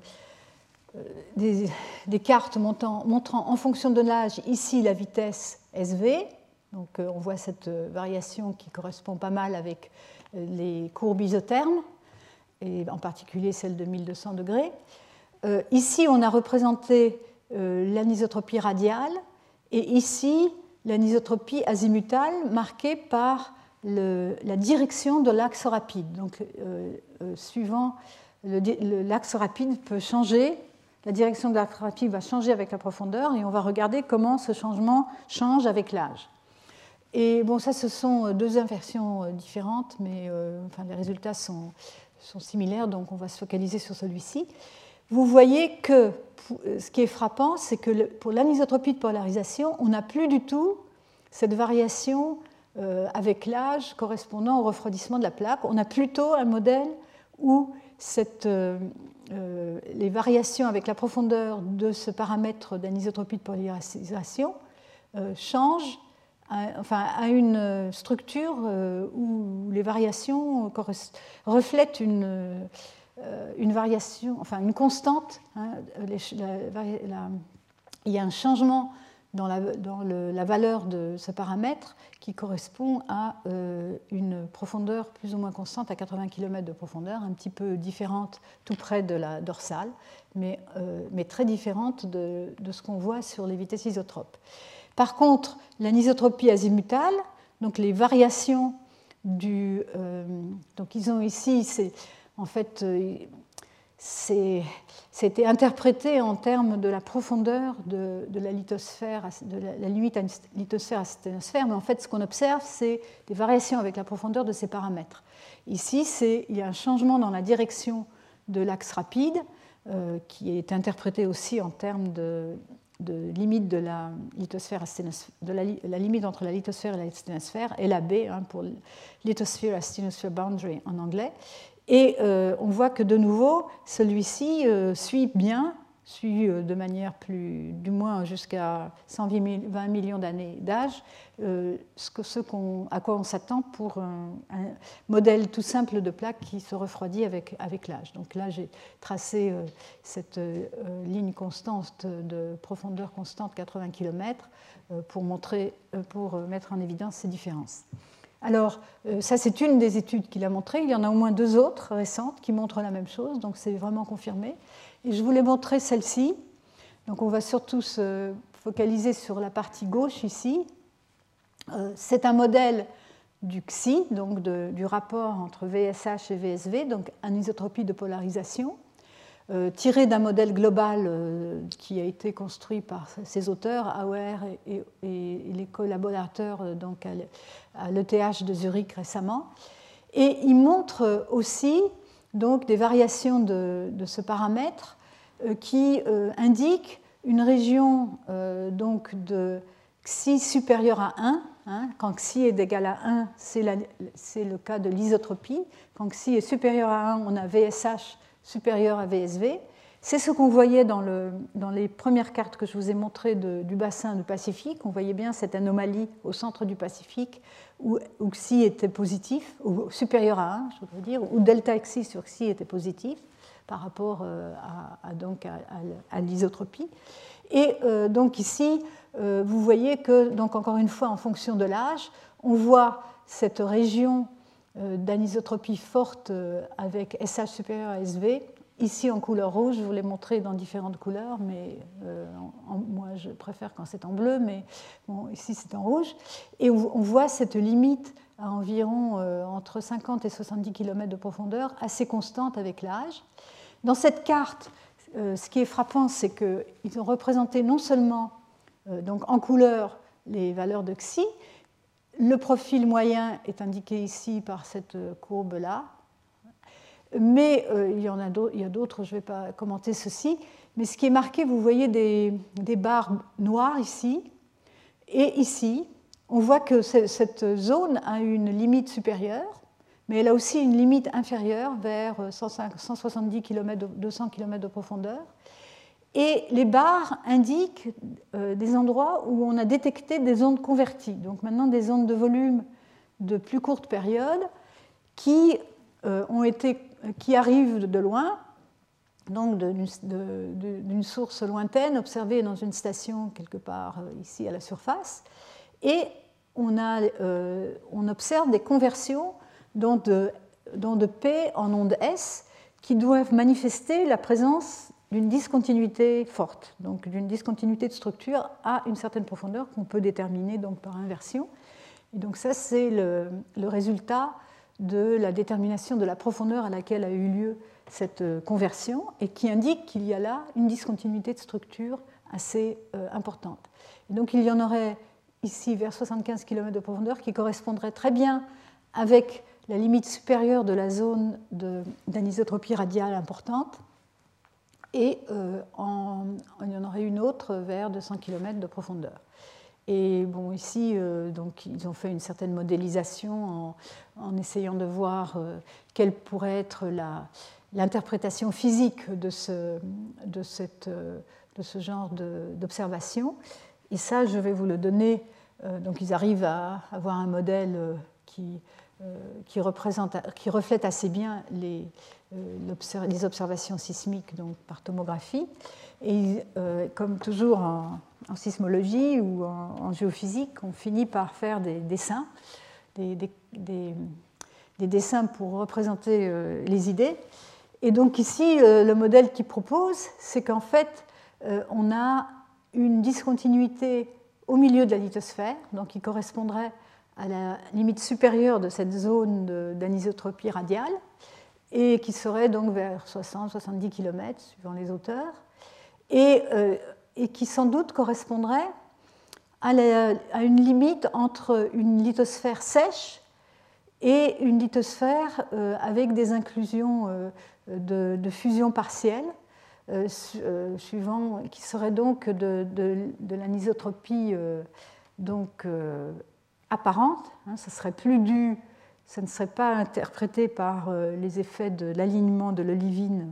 des, des cartes montant, montrant en fonction de l'âge ici la vitesse S V. Donc euh, on voit cette variation qui correspond pas mal avec les courbes isothermes, et en particulier celle de mille deux cents degrés. Euh, ici, on a représenté euh, l'anisotropie radiale, et ici, l'anisotropie azimutale marquée par le, la direction de l'axe rapide. Donc, euh, euh, suivant l'axe rapide peut changer, la direction de l'axe rapide va changer avec la profondeur, et on va regarder comment ce changement change avec l'âge. Et bon, ça, ce sont deux inversions différentes, mais euh, enfin, les résultats sont, sont similaires, donc on va se focaliser sur celui-ci. Vous voyez que ce qui est frappant, c'est que le, pour l'anisotropie de polarisation, on n'a plus du tout cette variation euh, avec l'âge correspondant au refroidissement de la plaque. On a plutôt un modèle où cette, euh, euh, les variations avec la profondeur de ce paramètre d'anisotropie de polarisation euh, changent à, enfin, à une structure euh, où les variations reflètent une... une variation, enfin une constante, hein, les, la, la, il y a un changement dans, la, dans le, la valeur de ce paramètre qui correspond à euh, une profondeur plus ou moins constante à quatre-vingts kilomètres de profondeur, un petit peu différente tout près de la dorsale, mais, euh, mais très différente de, de ce qu'on voit sur les vitesses isotropes. Par contre, l'anisotropie azimutale, donc les variations du... Euh, donc ils ont ici... c'est, En fait, c'était interprété en termes de la profondeur de, de la lithosphère, de la, la limite lithosphère-asténosphère, mais en fait, ce qu'on observe, c'est des variations avec la profondeur de ces paramètres. Ici, il y a un changement dans la direction de l'axe rapide, euh, qui est interprété aussi en termes de, de limite de la lithosphère de la, la limite entre la lithosphère et la sténosphère, L A B, hein, pour lithosphere-asténosphère boundary en anglais. Et euh, on voit que de nouveau, celui-ci euh, suit bien, suit euh, de manière plus, du moins jusqu'à cent vingt millions d'années d'âge, euh, ce, que, ce qu'on, à quoi on s'attend pour un, un modèle tout simple de plaque qui se refroidit avec, avec l'âge. Donc là, j'ai tracé euh, cette euh, ligne constante de profondeur constante, quatre-vingts kilomètres, euh, pour, montrer, euh, pour mettre en évidence ces différences. Alors, ça, c'est une des études qu'il a montrées. Il y en a au moins deux autres récentes qui montrent la même chose, donc c'est vraiment confirmé. Et je voulais montrer celle-ci. Donc, on va surtout se focaliser sur la partie gauche ici. C'est un modèle du X I, donc de, du rapport entre V S H et V S V, donc anisotropie de polarisation, euh, tiré d'un modèle global euh, qui a été construit par ses auteurs, Auer et, et, et les collaborateurs euh, donc à, à l'E T H de Zurich récemment. Et il montre aussi donc, des variations de, de ce paramètre euh, qui euh, indiquent une région euh, donc de Xi supérieur à un. Hein, quand Xi est égal à un, c'est, la, c'est le cas de l'isotropie. Quand Xi est supérieur à un, on a V S H supérieur à V S V. C'est ce qu'on voyait dans, le, dans les premières cartes que je vous ai montrées de, du bassin du Pacifique. On voyait bien cette anomalie au centre du Pacifique où, où Xi était positif, ou supérieur à un, je voudrais dire, où delta Xi sur Xi était positif par rapport à, à, donc à, à, à l'isotropie. Et euh, donc ici, euh, vous voyez que, donc encore une fois, en fonction de l'âge, on voit cette région euh, d'anisotropie forte euh, avec S H supérieur à S V. Ici en couleur rouge, je vous l'ai montré dans différentes couleurs, mais euh, en, moi je préfère quand c'est en bleu, mais bon, ici c'est en rouge. Et on voit cette limite à environ euh, entre cinquante et soixante-dix kilomètres de profondeur, assez constante avec l'âge. Dans cette carte, euh, ce qui est frappant, c'est qu'ils ont représenté non seulement euh, donc en couleur les valeurs de Xi, le profil moyen est indiqué ici par cette courbe-là, mais euh, il y en a d'autres, je ne vais pas commenter ceci, mais ce qui est marqué, vous voyez des, des barres noires ici, et ici, on voit que cette zone a une limite supérieure, mais elle a aussi une limite inférieure vers cent soixante-dix kilomètres, deux cents kilomètres de profondeur, et les barres indiquent euh, des endroits où on a détecté des ondes converties, donc maintenant des ondes de volume de plus courte période qui euh, ont été qui arrivent de loin, donc d'une source lointaine, observée dans une station quelque part ici à la surface, et on, a, euh, on observe des conversions d'ondes de P en ondes S qui doivent manifester la présence d'une discontinuité forte, donc d'une discontinuité de structure à une certaine profondeur qu'on peut déterminer donc par inversion. Et donc ça, c'est le, le résultat de la détermination de la profondeur à laquelle a eu lieu cette conversion et qui indique qu'il y a là une discontinuité de structure assez euh, importante. Et donc il y en aurait ici vers soixante-quinze kilomètres de profondeur qui correspondrait très bien avec la limite supérieure de la zone d'anisotropie radiale importante et euh, en, il y en aurait une autre vers deux cents kilomètres de profondeur. Et bon, ici, euh, donc, ils ont fait une certaine modélisation en, en essayant de voir euh, quelle pourrait être l'interprétation physique de ce, de cette, de ce genre d'observation. Et ça, je vais vous le donner. Euh, donc, ils arrivent à avoir un modèle qui, euh, qui, représente, qui reflète assez bien les, euh, les observations sismiques donc, par tomographie. Et euh, comme toujours en, en sismologie ou en, en géophysique, on finit par faire des dessins, des, des, des, des dessins pour représenter euh, les idées. Et donc ici, euh, le modèle qu'il propose, c'est qu'en fait, euh, on a une discontinuité au milieu de la lithosphère, donc qui correspondrait à la limite supérieure de cette zone d'anisotropie radiale, et qui serait donc vers soixante à soixante-dix kilomètres, suivant les auteurs. Et, euh, et qui sans doute correspondrait à, la, à une limite entre une lithosphère sèche et une lithosphère euh, avec des inclusions euh, de, de fusion partielle, euh, euh, suivant, qui serait donc de, de, de l'anisotropie euh, donc, euh, apparente. Hein, ça serait plus dû, ça ne serait pas interprété par euh, les effets de l'alignement de l'olivine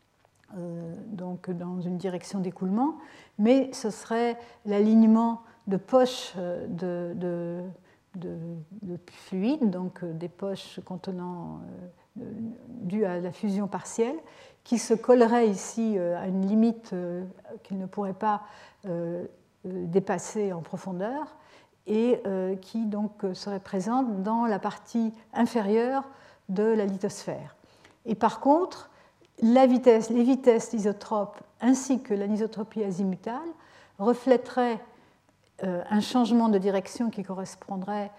Euh, donc dans une direction d'écoulement, mais ce serait l'alignement de poches de, de, de, de fluide, donc des poches contenant, euh, dues à la fusion partielle, qui se colleraient ici à une limite euh, qu'ils ne pourraient pas euh, dépasser en profondeur, et euh, qui donc serait présente dans la partie inférieure de la lithosphère. Et par contre, La vitesse, les vitesses isotropes ainsi que l'anisotropie azimutale reflèteraient euh, un changement de direction qui correspondrait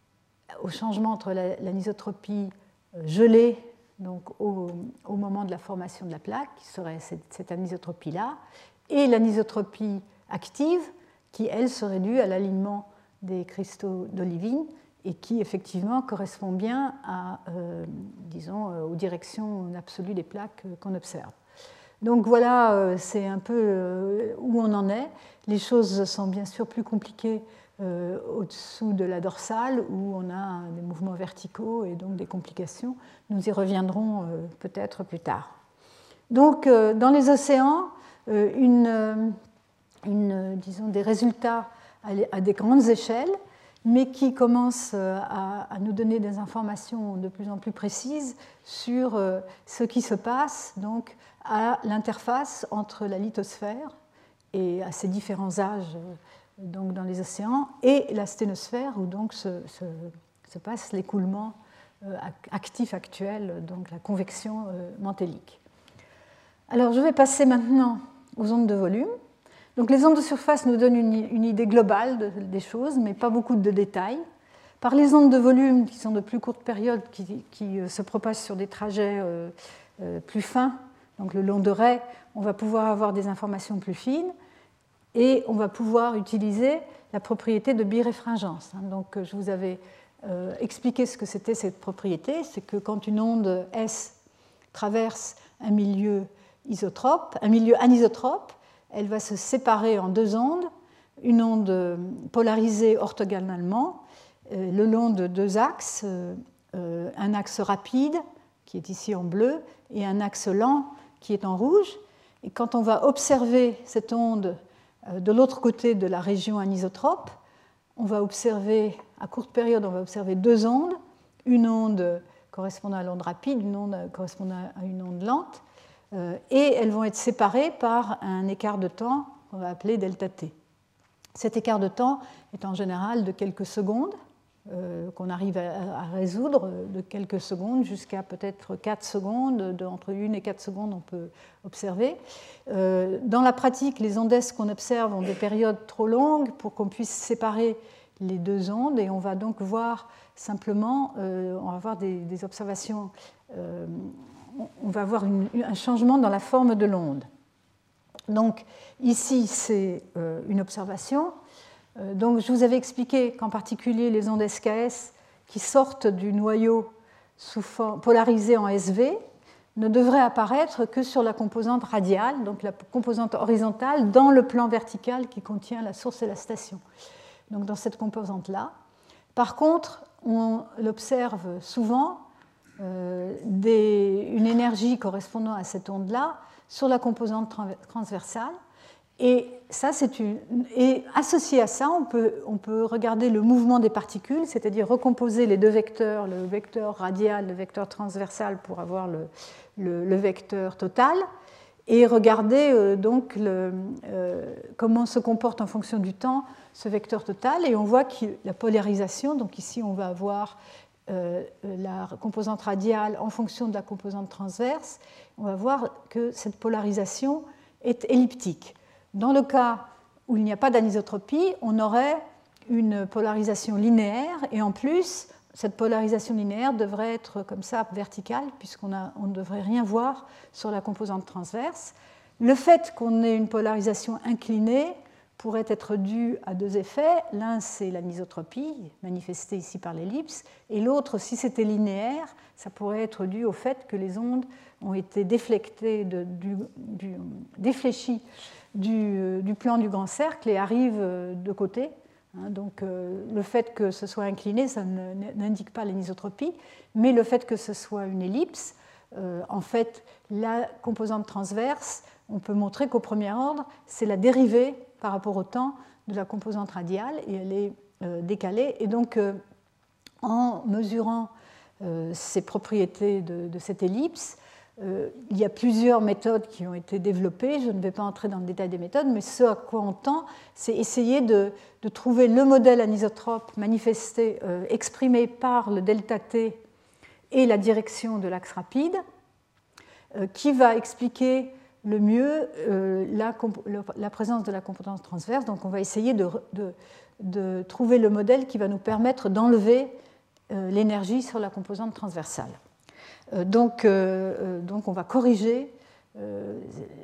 au changement entre l'anisotropie gelée, donc au, au moment de la formation de la plaque, qui serait cette, cette anisotropie-là, et l'anisotropie active, qui, elle, serait due à l'alignement des cristaux d'olivine, et qui effectivement correspond bien à, euh, disons, aux directions absolues des plaques qu'on observe. Donc voilà, euh, c'est un peu euh, où on en est. Les choses sont bien sûr plus compliquées euh, au-dessous de la dorsale, où on a des mouvements verticaux et donc des complications. Nous y reviendrons euh, peut-être plus tard. Donc, euh, dans les océans, euh, une, une, disons, des résultats à, à des grandes échelles, mais qui commencent à, à nous donner des informations de plus en plus précises sur euh, ce qui se passe donc, à l'interface entre la lithosphère et à ses différents âges donc, dans les océans et la sténosphère où donc se, se, se passe l'écoulement euh, actif actuel, donc la convection euh, mantélique. Alors je vais passer maintenant aux ondes de volume. Donc les ondes de surface nous donnent une, une idée globale de, des choses, mais pas beaucoup de détails. Par les ondes de volume, qui sont de plus courte période, qui, qui euh, se propagent sur des trajets euh, euh, plus fins, donc le long de raies, on va pouvoir avoir des informations plus fines et on va pouvoir utiliser la propriété de biréfringence. Donc je vous avais euh, expliqué ce que c'était cette propriété, c'est que quand une onde S traverse un milieu isotrope, un milieu anisotrope, elle va se séparer en deux ondes, une onde polarisée orthogonalement, euh, le long de deux axes, euh, un axe rapide, qui est ici en bleu, et un axe lent, qui est en rouge. Et quand on va observer cette onde euh, de l'autre côté de la région anisotrope, on va observer, à courte période, on va observer deux ondes, une onde correspondant à l'onde rapide, une onde correspondant à une onde lente, euh, et elles vont être séparées par un écart de temps qu'on va appeler delta t. Cet écart de temps est en général de quelques secondes, euh, qu'on arrive à, à résoudre de quelques secondes jusqu'à peut-être quatre secondes, de, entre une et quatre secondes on peut observer. Euh, dans la pratique, les ondes S qu'on observe ont des périodes trop longues pour qu'on puisse séparer les deux ondes, et on va donc voir simplement, euh, on va voir des, des observations, euh, on va voir une, un changement dans la forme de l'onde. Donc ici c'est euh, une observation. Euh, donc je vous avais expliqué qu'en particulier les ondes S K S qui sortent du noyau sous forme, polarisé en S V ne devraient apparaître que sur la composante radiale, donc la composante horizontale dans le plan vertical qui contient la source et la station. Donc dans cette composante-là. Par contre, on l'observe souvent, euh, des, une énergie correspondant à cette onde-là sur la composante transversale. Et, ça, c'est une, et associé à ça, on peut, on peut regarder le mouvement des particules, c'est-à-dire recomposer les deux vecteurs, le vecteur radial, le vecteur transversal, pour avoir le, le, le vecteur total, et regarder euh, donc le, euh, comment se comporte en fonction du temps ce vecteur total. Et on voit que la polarisation, donc ici on va avoir euh, la composante radiale en fonction de la composante transverse, on va voir que cette polarisation est elliptique. Dans le cas où il n'y a pas d'anisotropie, on aurait une polarisation linéaire, et en plus, cette polarisation linéaire devrait être comme ça verticale, puisqu'on a, on ne devrait rien voir sur la composante transverse. Le fait qu'on ait une polarisation inclinée pourrait être dû à deux effets. L'un, c'est l'anisotropie, manifestée ici par l'ellipse, et l'autre, si c'était linéaire, ça pourrait être dû au fait que les ondes ont été déflectées, de, du, du, défléchies du, du plan du grand cercle et arrivent de côté. Donc euh, le fait que ce soit incliné, ça ne, n'indique pas l'anisotropie, mais le fait que ce soit une ellipse, euh, en fait, la composante transverse, on peut montrer qu'au premier ordre, c'est la dérivée par rapport au temps de la composante radiale, et elle est euh, décalée. Et donc, euh, en mesurant euh, ces propriétés de, de cette ellipse, euh, il y a plusieurs méthodes qui ont été développées. Je ne vais pas entrer dans le détail des méthodes, mais ce à quoi on tend, c'est essayer de, de trouver le modèle anisotrope manifesté, euh, exprimé par le delta t et la direction de l'axe rapide, euh, qui va expliquer le mieux euh, la, la présence de la composante transverse. Donc on va essayer de, de, de trouver le modèle qui va nous permettre d'enlever euh, l'énergie sur la composante transversale. Euh, donc, euh, donc on va corriger euh,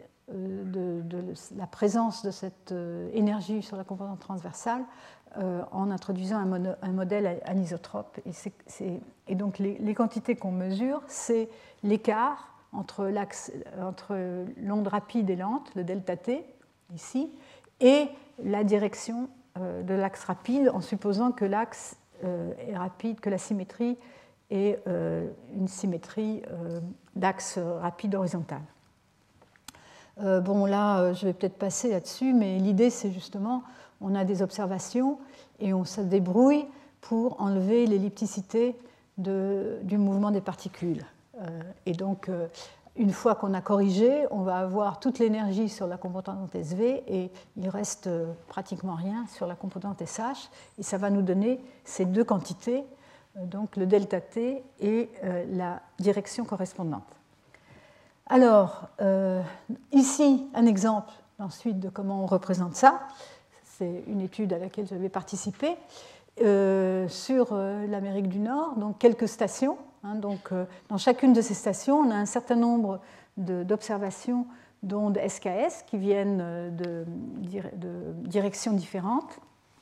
de, de la présence de cette euh, énergie sur la composante transversale euh, en introduisant un, mono, un modèle anisotrope. Et, c'est, c'est, et donc les, les quantités qu'on mesure, c'est l'écart entre, l'axe, entre l'onde rapide et lente, le delta t, ici, et la direction euh, de l'axe rapide, en supposant que l'axe euh, est rapide, que la symétrie est euh, une symétrie euh, d'axe rapide horizontal. Euh, bon, là, je vais peut-être passer là-dessus, mais l'idée, c'est justement, on a des observations et on se débrouille pour enlever l'ellipticité de, du mouvement des particules. Euh, et donc, euh, une fois qu'on a corrigé, on va avoir toute l'énergie sur la composante S V et il reste pratiquement rien sur la composante S H. Et ça va nous donner ces deux quantités, donc le delta T et euh, la direction correspondante. Alors, euh, ici, un exemple ensuite de comment on représente ça. C'est une étude à laquelle j'avais participé euh, sur euh, l'Amérique du Nord, donc quelques stations. Hein, donc, euh, dans chacune de ces stations, on a un certain nombre d'observations d'ondes S K S qui viennent de, de directions différentes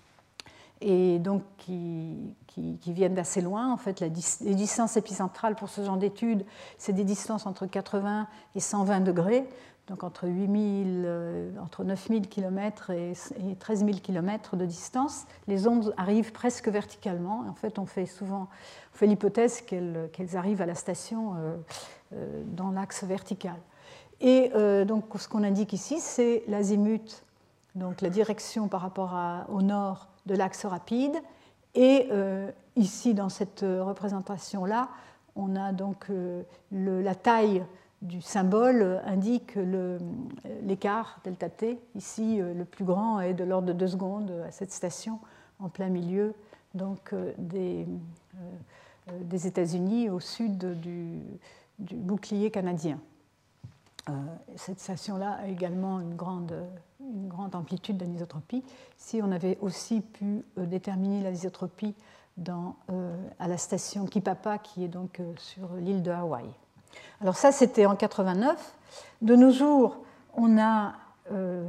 et donc qui, qui, qui viennent d'assez loin. En fait, la, les distances épicentrales pour ce genre d'études, c'est des distances entre quatre-vingts et cent vingt degrés, donc entre, huit mille, euh, entre neuf mille kilomètres et, et treize mille kilomètres de distance. Les ondes arrivent presque verticalement. En fait, on fait souvent on fait l'hypothèse qu'elles, qu'elles arrivent à la station euh, euh, dans l'axe vertical. Et euh, donc, ce qu'on indique ici, c'est l'azimut, donc la direction par rapport à, au nord de l'axe rapide. Et euh, ici, dans cette représentation-là, on a donc euh, le, la taille du symbole indique le, l'écart delta T. Ici, euh, le plus grand est de l'ordre de deux secondes à cette station en plein milieu donc, euh, des, euh, des États-Unis au sud du, du bouclier canadien. Euh, cette station-là a également une grande, une grande amplitude d'anisotropie. Ici, on avait aussi pu euh, déterminer l'anisotropie dans, euh, à la station Kipapa, qui est donc euh, sur l'île de Hawaï. Alors ça, c'était en quatre-vingt-neuf. De nos jours, on a euh,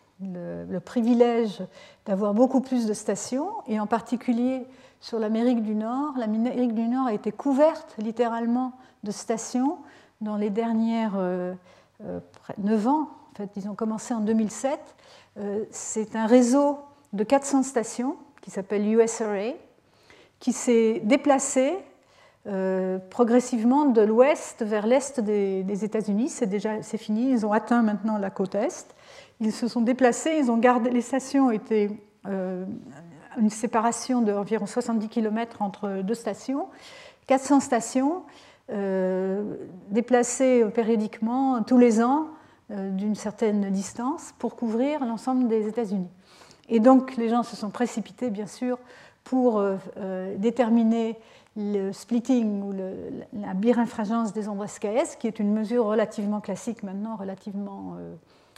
le, le privilège d'avoir beaucoup plus de stations, et en particulier sur l'Amérique du Nord. L'Amérique du Nord a été couverte littéralement de stations dans les dernières euh, euh, neuf ans. En fait, ils ont commencé en deux mille sept. Euh, c'est un réseau de quatre cents stations qui s'appelle U S R A, qui s'est déplacé Euh, progressivement de l'ouest vers l'est des, des États-Unis. C'est déjà c'est fini, ils ont atteint maintenant la côte est. Ils se sont déplacés, ils ont gardé, les stations étaient euh, une séparation d'environ soixante-dix kilomètres entre deux stations, quatre cents stations euh, déplacées périodiquement tous les ans euh, d'une certaine distance pour couvrir l'ensemble des États-Unis. Et donc les gens se sont précipités, bien sûr, pour euh, euh, déterminer le splitting ou le, la birinfringence des ondes S K S, qui est une mesure relativement classique maintenant, relativement, euh,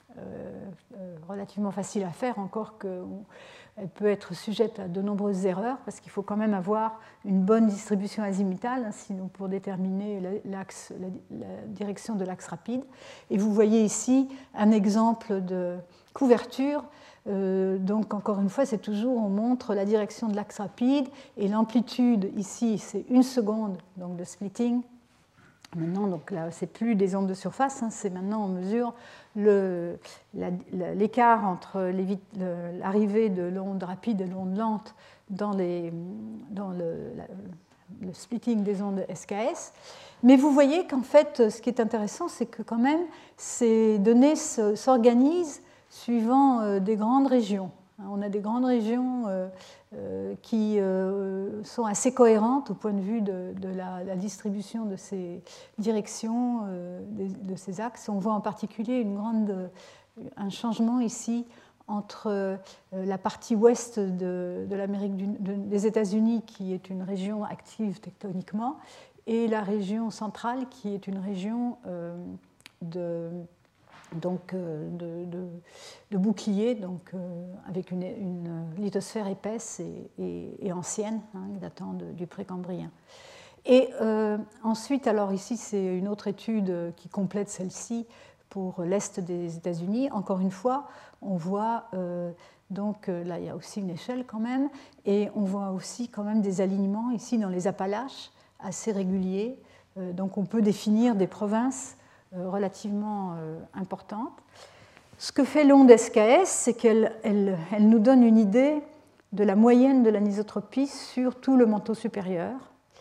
euh, relativement facile à faire, encore qu'elle peut être sujette à de nombreuses erreurs, parce qu'il faut quand même avoir une bonne distribution azimutale, hein, sinon pour déterminer l'axe, la, la direction de l'axe rapide. Et vous voyez ici un exemple de couverture. Euh, donc encore une fois, c'est toujours, on montre la direction de l'axe rapide et l'amplitude ici, c'est une seconde donc de splitting. Maintenant, donc là, c'est plus des ondes de surface, hein, c'est maintenant on mesure le, la, la, l'écart entre les, le, l'arrivée de l'onde rapide et l'onde lente dans, les, dans le, la, le splitting des ondes S K S. Mais vous voyez qu'en fait, ce qui est intéressant, c'est que quand même, ces données s'organisent suivant euh, des grandes régions. On a des grandes régions euh, euh, qui euh, sont assez cohérentes au point de vue de, de la, la distribution de ces directions, euh, de, de ces axes. On voit en particulier une grande, un changement ici entre euh, la partie ouest de, de l'Amérique du, de, des États-Unis, qui est une région active tectoniquement, et la région centrale, qui est une région euh, de donc de, de, de bouclier, donc, euh, avec une, une lithosphère épaisse et, et, et ancienne, hein, datant de, du précambrien. Et euh, ensuite, alors ici, c'est une autre étude qui complète celle-ci pour l'est des États-Unis. Encore une fois, on voit, euh, donc là, il y a aussi une échelle quand même, et on voit aussi quand même des alignements ici dans les Appalaches assez réguliers. Euh, donc on peut définir des provinces relativement euh, importante. Ce que fait l'onde S K S, c'est qu'elle elle, elle nous donne une idée de la moyenne de l'anisotropie sur tout le manteau supérieur.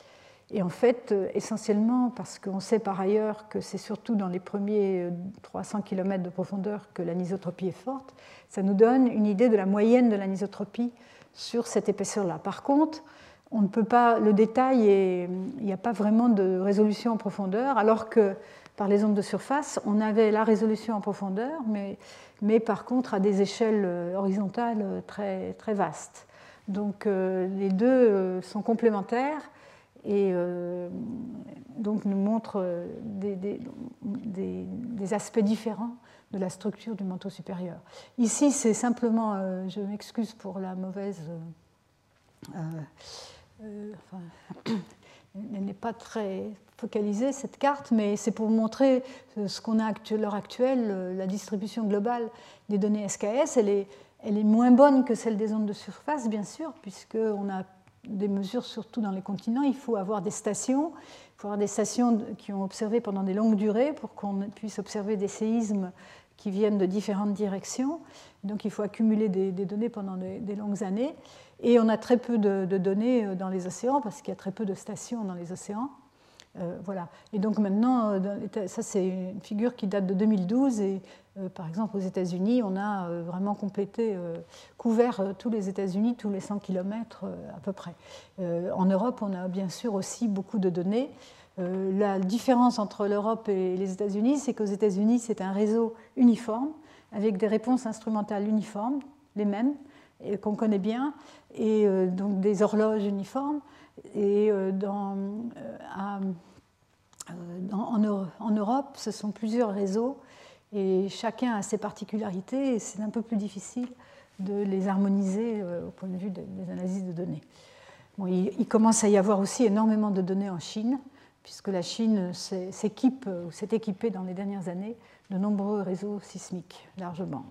Et en fait, essentiellement parce qu'on sait par ailleurs que c'est surtout dans les premiers trois cents kilomètres de profondeur que l'anisotropie est forte, ça nous donne une idée de la moyenne de l'anisotropie sur cette épaisseur-là. Par contre, on ne peut pas, le détail, est, il n'y a pas vraiment de résolution en profondeur, alors que par les ondes de surface, on avait la résolution en profondeur, mais, mais par contre à des échelles horizontales très, très vastes. Donc euh, les deux euh, sont complémentaires et euh, donc nous montrent des, des, des, des aspects différents de la structure du manteau supérieur. Ici, c'est simplement, euh, je m'excuse pour la mauvaise... Euh, euh, enfin, elle n'est pas très focalisée, cette carte, mais c'est pour montrer ce qu'on a à l'heure actuelle, la distribution globale des données S K S. Elle est, elle est moins bonne que celle des ondes de surface, bien sûr, puisqu'on a des mesures surtout dans les continents. Il faut avoir des stations, il faut avoir des stations qui ont observé pendant des longues durées pour qu'on puisse observer des séismes qui viennent de différentes directions. Donc il faut accumuler des, des données pendant des, des longues années. Et on a très peu de, de données dans les océans parce qu'il y a très peu de stations dans les océans. Euh, voilà. Et donc maintenant, ça c'est une figure qui date de deux mille douze et euh, par exemple aux États-Unis, on a euh, vraiment complété, euh, couvert euh, tous les États-Unis, tous les cent kilomètres euh, à peu près. Euh, en Europe, on a bien sûr aussi beaucoup de données. Euh, la différence entre l'Europe et les États-Unis, c'est qu'aux États-Unis, c'est un réseau uniforme avec des réponses instrumentales uniformes, les mêmes, et qu'on connaît bien, et euh, donc des horloges uniformes. Et euh, dans, euh, à, euh, dans, en, en Europe, ce sont plusieurs réseaux, et chacun a ses particularités, et c'est un peu plus difficile de les harmoniser euh, au point de vue des, des analyses de données. Bon, il, il commence à y avoir aussi énormément de données en Chine, puisque la Chine s'équipe ou s'est équipée dans les dernières années de nombreux réseaux sismiques large bande.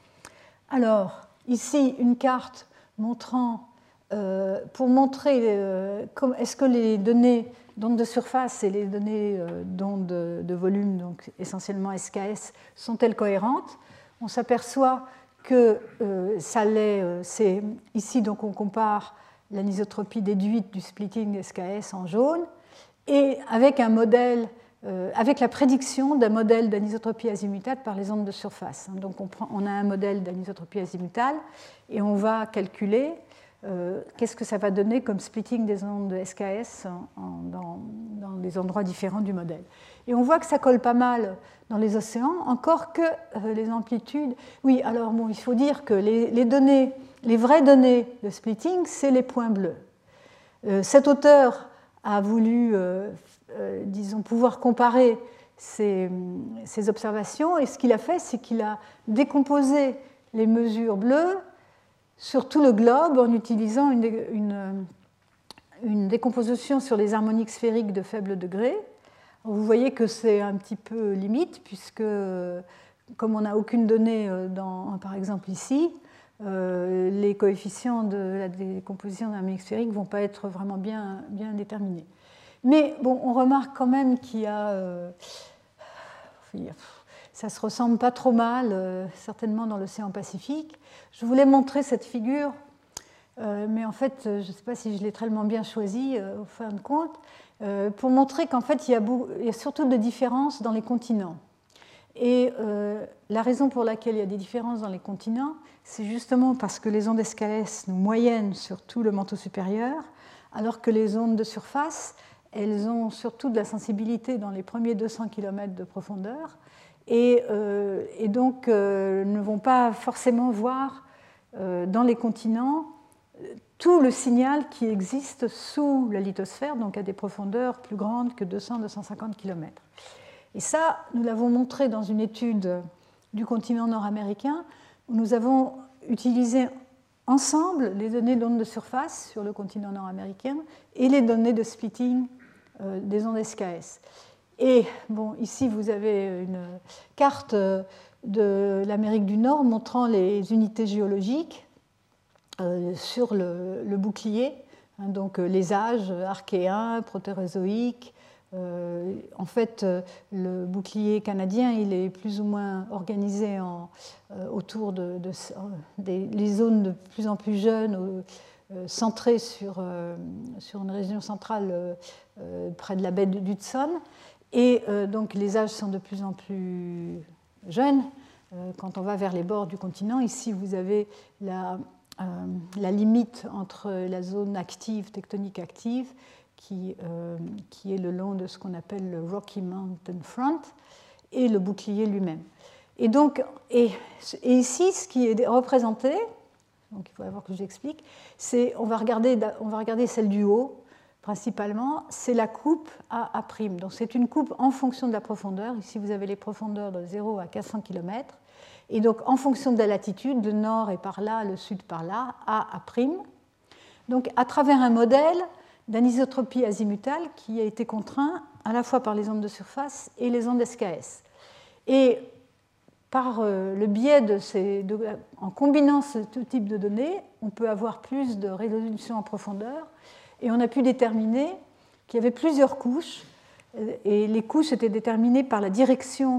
Alors, ici, une carte montrant, euh, pour montrer euh, est-ce que les données d'ondes de surface et les données euh, d'ondes de, de volume, donc essentiellement S K S, sont-elles cohérentes? On s'aperçoit que euh, ça l'est. Euh, c'est, ici, donc, on compare l'anisotropie déduite du splitting S K S en jaune, et avec un modèle, euh, avec la prédiction d'un modèle d'anisotropie azimutale par les ondes de surface. Donc on, prend, on a un modèle d'anisotropie azimutale et on va calculer euh, qu'est-ce que ça va donner comme splitting des ondes de S K S en, en, dans, dans des endroits différents du modèle. Et on voit que ça colle pas mal dans les océans, encore que euh, les amplitudes... Oui, alors bon, il faut dire que les, les données, les vraies données de splitting, c'est les points bleus. Euh, cet auteur a voulu, euh, euh, disons, pouvoir comparer ces, ces observations. Et ce qu'il a fait, c'est qu'il a décomposé les mesures bleues sur tout le globe en utilisant une, une, une décomposition sur les harmoniques sphériques de faible degré. Vous voyez que c'est un petit peu limite, puisque comme on n'a aucune donnée, dans, par exemple ici, Euh, les coefficients de la décomposition d'un harmonique sphérique ne vont pas être vraiment bien, bien déterminés. Mais bon, on remarque quand même qu'il y a... Euh, ça se ressemble pas trop mal, euh, certainement dans l'océan Pacifique. Je voulais montrer cette figure, euh, mais en fait, je ne sais pas si je l'ai tellement bien choisie, euh, au fin de compte, euh, pour montrer qu'en fait, il y, a beaucoup, il y a surtout des différences dans les continents. Et euh, la raison pour laquelle il y a des différences dans les continents, c'est justement parce que les ondes S K S nous moyennent sur tout le manteau supérieur, alors que les ondes de surface, elles ont surtout de la sensibilité dans les premiers deux cents kilomètres de profondeur, et, euh, et donc euh, ne vont pas forcément voir euh, dans les continents tout le signal qui existe sous la lithosphère, donc à des profondeurs plus grandes que deux cents à deux cent cinquante kilomètres. Et ça, nous l'avons montré dans une étude du continent nord-américain, où nous avons utilisé ensemble les données d'ondes de surface sur le continent nord-américain et les données de splitting euh, des ondes S K S. Et bon, ici, vous avez une carte de l'Amérique du Nord montrant les unités géologiques euh, sur le, le bouclier, hein, donc les âges archéens, protérozoïques. Euh, en fait, euh, le bouclier canadien, il est plus ou moins organisé en, euh, autour de, de, de, des les zones de plus en plus jeunes, euh, centré sur, euh, sur une région centrale euh, euh, près de la baie d'Hudson. Et euh, donc les âges sont de plus en plus jeunes euh, quand on va vers les bords du continent. Ici, vous avez la, euh, la limite entre la zone active, tectonique active, qui, euh, qui est le long de ce qu'on appelle le Rocky Mountain Front, et le bouclier lui-même. Et, donc, et, et ici, ce qui est représenté, donc il faut voir que j'explique, c'est on va regarder, on va regarder celle du haut, principalement, c'est la coupe à A'. Donc c'est une coupe en fonction de la profondeur. Ici, vous avez les profondeurs de zéro à quatre cents kilomètres. Et donc, en fonction de la latitude, le nord est par là, le sud par là, à A'. Donc, à travers un modèle d'anisotropie azimutale qui a été contraint à la fois par les ondes de surface et les ondes S K S. Et par le biais de ces, de, en combinant ce type de données, on peut avoir plus de résolution en profondeur, et on a pu déterminer qu'il y avait plusieurs couches, et les couches étaient déterminées par la direction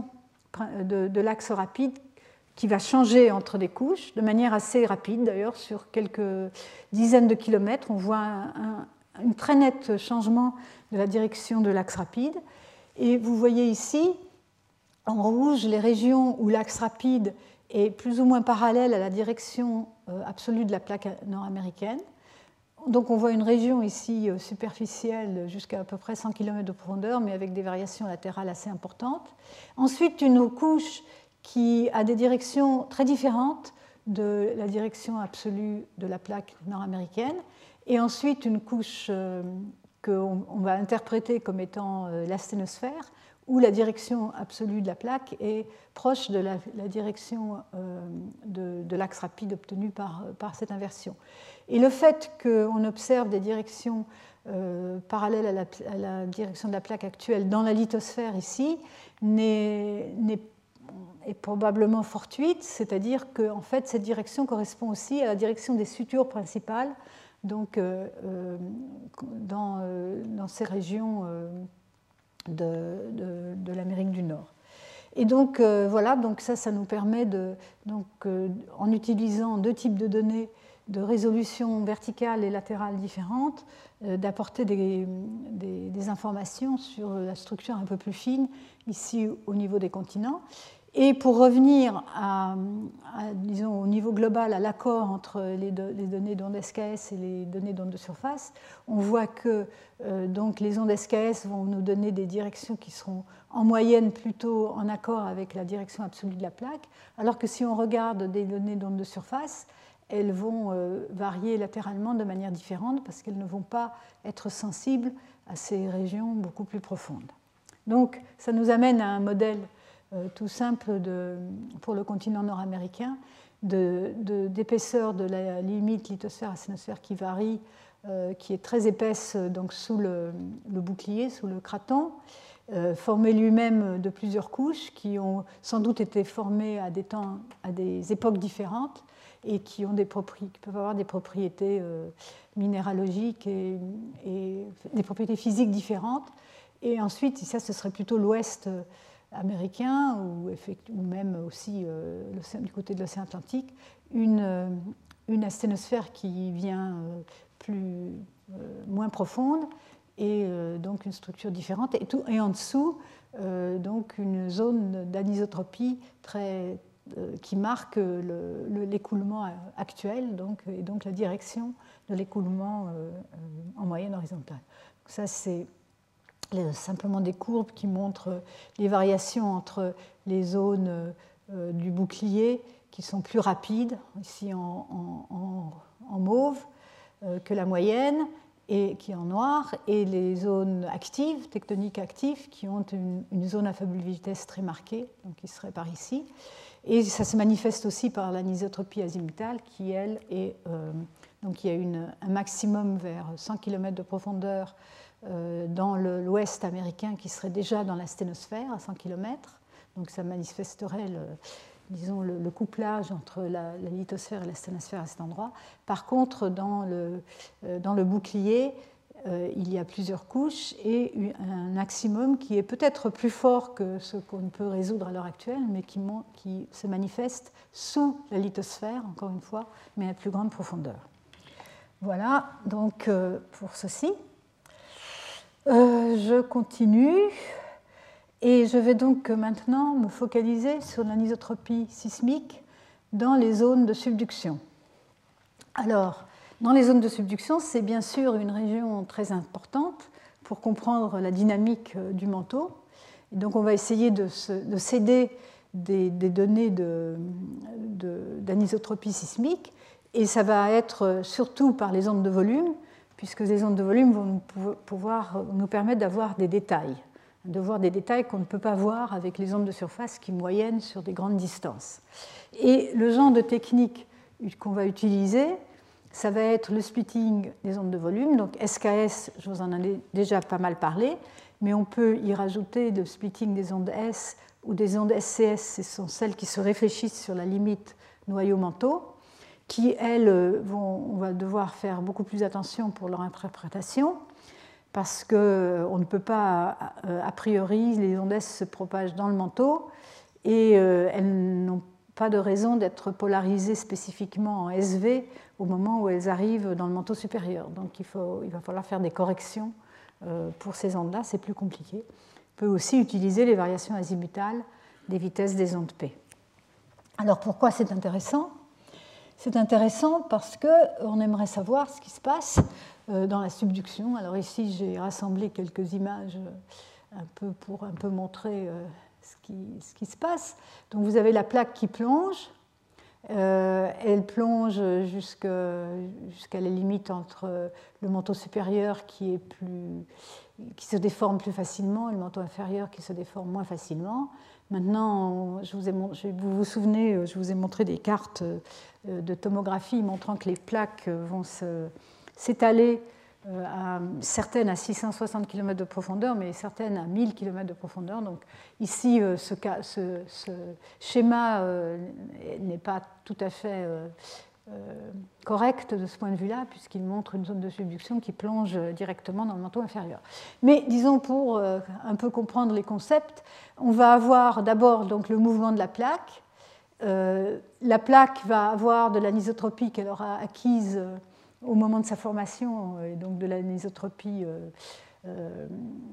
de, de l'axe rapide qui va changer entre les couches, de manière assez rapide d'ailleurs, sur quelques dizaines de kilomètres, on voit un, un, un très net changement de la direction de l'axe rapide. Et vous voyez ici, en rouge, les régions où l'axe rapide est plus ou moins parallèle à la direction absolue de la plaque nord-américaine. Donc on voit une région ici superficielle jusqu'à à peu près cent kilomètres de profondeur, mais avec des variations latérales assez importantes. Ensuite, une couche qui a des directions très différentes de la direction absolue de la plaque nord-américaine. Et ensuite, une couche qu'on va interpréter comme étant l'asténosphère, où la direction absolue de la plaque est proche de la, la direction euh, de, de l'axe rapide obtenue par, par cette inversion. Et le fait qu'on observe des directions euh, parallèles à la, à la direction de la plaque actuelle dans la lithosphère ici n'est, n'est, est probablement fortuite, c'est-à-dire que en fait, cette direction correspond aussi à la direction des sutures principales, donc euh, euh, dans, euh, dans ces régions euh, de, de, de l'Amérique du Nord. Et donc euh, voilà, donc ça, ça nous permet, de, donc, euh, en utilisant deux types de données de résolution verticale et latérale différentes, euh, d'apporter des, des, des informations sur la structure un peu plus fine, ici au niveau des continents. Et pour revenir à, à, disons, au niveau global, à l'accord entre les, do, les données d'ondes S K S et les données d'ondes de surface, on voit que euh, donc les ondes S K S vont nous donner des directions qui seront en moyenne plutôt en accord avec la direction absolue de la plaque, alors que si on regarde des données d'ondes de surface, elles vont euh, varier latéralement de manière différente parce qu'elles ne vont pas être sensibles à ces régions beaucoup plus profondes. Donc ça nous amène à un modèle Euh, tout simple de, pour le continent nord-américain, de, de, d'épaisseur de la limite lithosphère-asténosphère qui varie, euh, qui est très épaisse donc, sous le, le bouclier, sous le craton, euh, formé lui-même de plusieurs couches qui ont sans doute été formées à des, temps, à des époques différentes et qui, ont des propri- qui peuvent avoir des propriétés euh, minéralogiques et, et des propriétés physiques différentes. Et ensuite, ça, ce serait plutôt l'ouest américain ou, ou même aussi euh, du côté de l'océan Atlantique, une, euh, une asténosphère qui vient euh, plus, euh, moins profonde et euh, donc une structure différente. Et, tout, et en dessous, euh, donc une zone d'anisotropie très, euh, qui marque le, le, l'écoulement actuel donc, et donc la direction de l'écoulement euh, en moyenne horizontale. Donc ça, c'est simplement des courbes qui montrent les variations entre les zones euh, du bouclier qui sont plus rapides, ici en, en, en mauve, euh, que la moyenne, et qui est en noir, et les zones actives, tectoniques actives, qui ont une, une zone à faible vitesse très marquée, donc qui serait par ici. Et ça se manifeste aussi par l'anisotropie azimutale, qui, elle, est... Euh, donc il y a une, un maximum vers cent kilomètres de profondeur dans l'ouest américain qui serait déjà dans l'asténosphère à cent kilomètres. Donc ça manifesterait le, disons, le, le couplage entre la, la lithosphère et l'asténosphère à cet endroit. Par contre, dans le, dans le bouclier, euh, il y a plusieurs couches et un maximum qui est peut-être plus fort que ce qu'on peut résoudre à l'heure actuelle, mais qui, qui se manifeste sous la lithosphère, encore une fois, mais à plus grande profondeur. Voilà, donc euh, pour ceci. Euh, je continue et je vais donc maintenant me focaliser sur l'anisotropie sismique dans les zones de subduction. Alors, dans les zones de subduction, c'est bien sûr une région très importante pour comprendre la dynamique du manteau. Et donc, on va essayer de, se, de s'aider des, des données de, de, d'anisotropie sismique, et ça va être surtout par les ondes de volume, puisque les ondes de volume vont nous, pouvoir, nous permettre d'avoir des détails, de voir des détails qu'on ne peut pas voir avec les ondes de surface qui moyennent sur des grandes distances. Et le genre de technique qu'on va utiliser, ça va être le splitting des ondes de volume. Donc S K S, je vous en ai déjà pas mal parlé, mais on peut y rajouter le splitting des ondes S ou des ondes S C S, ce sont celles qui se réfléchissent sur la limite noyau-manteau, qui, elles, vont, on va devoir faire beaucoup plus attention pour leur interprétation, parce qu'on ne peut pas, a priori, les ondes S se propagent dans le manteau, et elles n'ont pas de raison d'être polarisées spécifiquement en S V au moment où elles arrivent dans le manteau supérieur. Donc il, faut, il va falloir faire des corrections pour ces ondes-là, c'est plus compliqué. On peut aussi utiliser les variations azimutales des vitesses des ondes P. Alors pourquoi c'est intéressant ? C'est intéressant parce qu'on aimerait savoir ce qui se passe dans la subduction. Alors ici, j'ai rassemblé quelques images un peu pour un peu montrer ce qui, ce qui se passe. Donc vous avez la plaque qui plonge. Euh, elle plonge jusqu'à, jusqu'à la limite entre le manteau supérieur qui, est plus, qui se déforme plus facilement et le manteau inférieur qui se déforme moins facilement. Maintenant, je vous, ai, vous vous souvenez, je vous ai montré des cartes de tomographie montrant que les plaques vont se, s'étaler à, certaines à six cent soixante kilomètres de profondeur, mais certaines à mille kilomètres de profondeur. Donc ici, ce, ce, ce schéma n'est pas tout à fait euh, euh, correct de ce point de vue-là, puisqu'il montre une zone de subduction qui plonge directement dans le manteau inférieur. Mais disons, pour euh, un peu comprendre les concepts, on va avoir d'abord donc, le mouvement de la plaque. Euh, la plaque va avoir de l'anisotropie qu'elle aura acquise euh, au moment de sa formation, et donc de l'anisotropie euh, euh,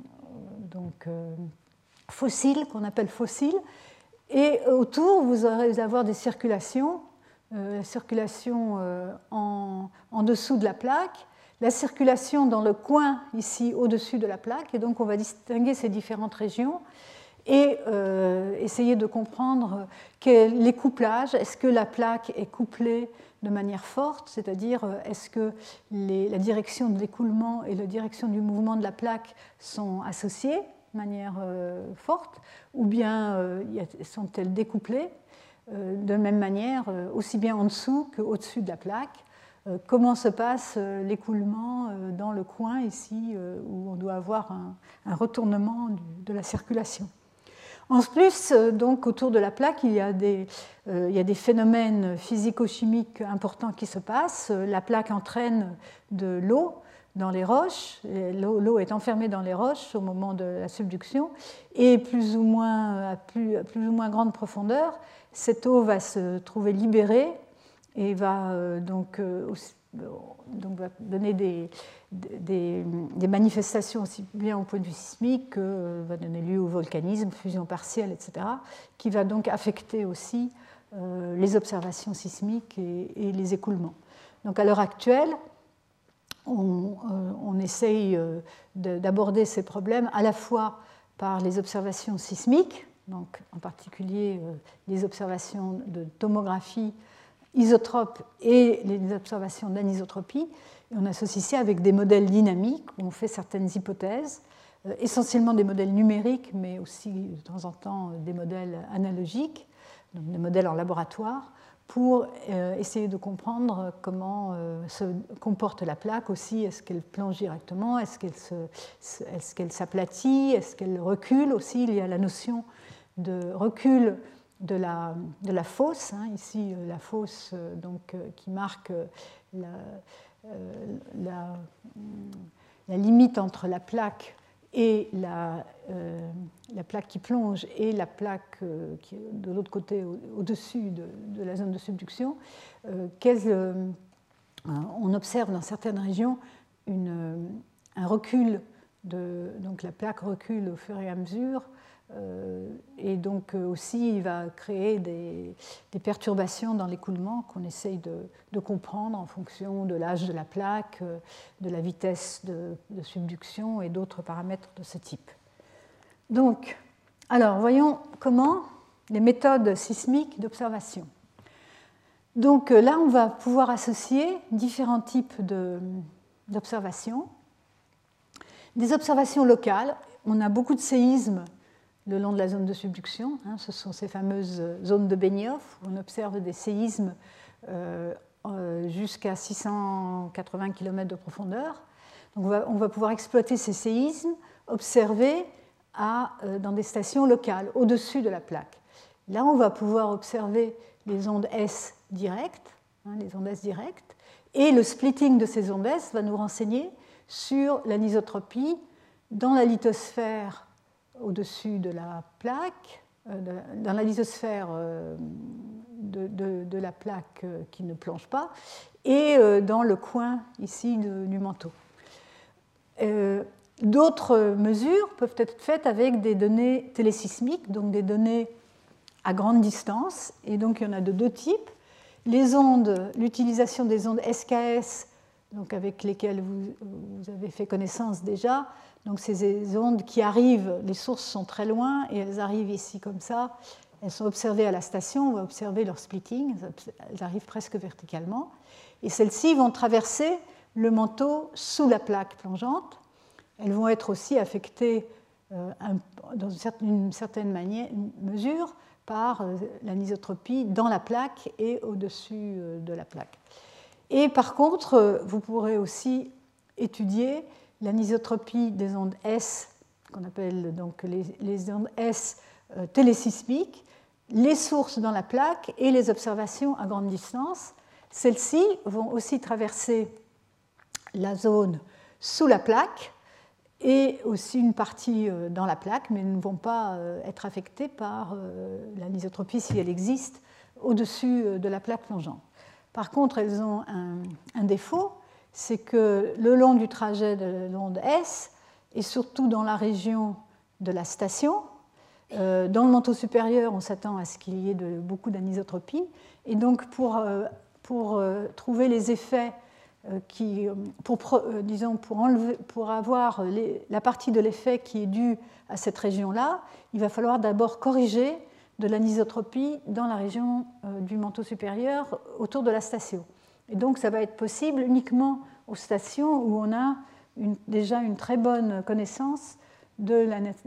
donc, euh, fossile, qu'on appelle fossile. Et autour, vous allez avoir des circulations, euh, la circulation euh, en, en dessous de la plaque, la circulation dans le coin ici au-dessus de la plaque, et donc on va distinguer ces différentes régions et euh, essayer de comprendre quel, les couplages. Est-ce que la plaque est couplée de manière forte, c'est-à-dire est-ce que les, la direction de l'écoulement et la direction du mouvement de la plaque sont associées de manière euh, forte, ou bien euh, sont-elles découplées euh, de la même manière, euh, aussi bien en dessous qu'au-dessus de la plaque. Euh, comment se passe euh, l'écoulement euh, dans le coin ici, euh, où on doit avoir un, un retournement du, de la circulation. En plus, donc, autour de la plaque, il y a des, euh, il y a des phénomènes physico-chimiques importants qui se passent. La plaque entraîne de l'eau dans les roches. L'eau, l'eau est enfermée dans les roches au moment de la subduction. Et plus ou moins, à plus, à plus ou moins grande profondeur, cette eau va se trouver libérée et va euh, donc, euh, aussi, donc va donner des, des, des manifestations aussi bien au point de vue sismique que euh, va donner lieu au volcanisme, fusion partielle, et cetera, qui va donc affecter aussi euh, les observations sismiques et, et les écoulements. Donc à l'heure actuelle, on, euh, on essaye euh, de, d'aborder ces problèmes à la fois par les observations sismiques, donc en particulier euh, les observations de tomographie isotropes et les observations d'anisotropie. Et on associe ça avec des modèles dynamiques où on fait certaines hypothèses, euh, essentiellement des modèles numériques, mais aussi de temps en temps des modèles analogiques, donc des modèles en laboratoire, pour euh, essayer de comprendre comment euh, se comporte la plaque aussi. Est-ce qu'elle plonge directement? Est-ce qu'elle, se, est-ce qu'elle s'aplatit? Est-ce qu'elle recule aussi? Il y a la notion de recul de la, de la fosse, hein, ici la fosse euh, donc, euh, qui marque la, euh, la, la limite entre la plaque et la, euh, la plaque qui plonge et la plaque euh, qui est de l'autre côté au, au-dessus de, de la zone de subduction. Euh, quelle, euh, on observe dans certaines régions une, un recul, de, donc la plaque recule au fur et à mesure, euh, et donc aussi il va créer des, des perturbations dans l'écoulement qu'on essaye de, de comprendre en fonction de l'âge de la plaque, de la vitesse de, de subduction et d'autres paramètres de ce type. Donc, alors voyons comment les méthodes sismiques d'observation. Donc là, on va pouvoir associer différents types de, d'observations. Des observations locales, on a beaucoup de séismes le long de la zone de subduction, hein, ce sont ces fameuses zones de Benioff, où on observe des séismes euh, euh, jusqu'à six cent quatre-vingts kilomètres de profondeur. Donc on va, on va pouvoir exploiter ces séismes, observer à, euh, dans des stations locales, au-dessus de la plaque. Là, on va pouvoir observer les ondes S directes, hein, les ondes S directes, et le splitting de ces ondes S va nous renseigner sur l'anisotropie dans la lithosphère au-dessus de la plaque, euh, de, dans la lithosphère euh, de, de, de la plaque euh, qui ne plonge pas, et euh, dans le coin ici de, du manteau. Euh, d'autres mesures peuvent être faites avec des données télésismiques, donc des données à grande distance, et donc il y en a de deux types. Les ondes, l'utilisation des ondes S K S, donc avec lesquelles vous, vous avez fait connaissance déjà, donc ces ondes qui arrivent, les sources sont très loin et elles arrivent ici comme ça, elles sont observées à la station, on va observer leur splitting, elles arrivent presque verticalement, et celles-ci vont traverser le manteau sous la plaque plongeante. Elles vont être aussi affectées euh, dans une certaine, une certaine manière, une mesure par l'anisotropie dans la plaque et au-dessus de la plaque. Et par contre, vous pourrez aussi étudier l'anisotropie des ondes S, qu'on appelle donc les, les ondes S euh, télésismiques, les sources dans la plaque et les observations à grande distance. Celles-ci vont aussi traverser la zone sous la plaque et aussi une partie dans la plaque, mais ne vont pas être affectées par l'anisotropie, si elle existe, au-dessus de la plaque plongeante. Par contre, elles ont un, un défaut, c'est que le long du trajet de l'onde S, et surtout dans la région de la station, euh, dans le manteau supérieur, on s'attend à ce qu'il y ait de, beaucoup d'anisotropie, et donc pour, pour euh, trouver les effets Qui, pour, disons, pour, enlever, pour avoir les, la partie de l'effet qui est due à cette région-là, il va falloir d'abord corriger de l'anisotropie dans la région du manteau supérieur autour de la station. Et donc ça va être possible uniquement aux stations où on a une, déjà une très bonne connaissance de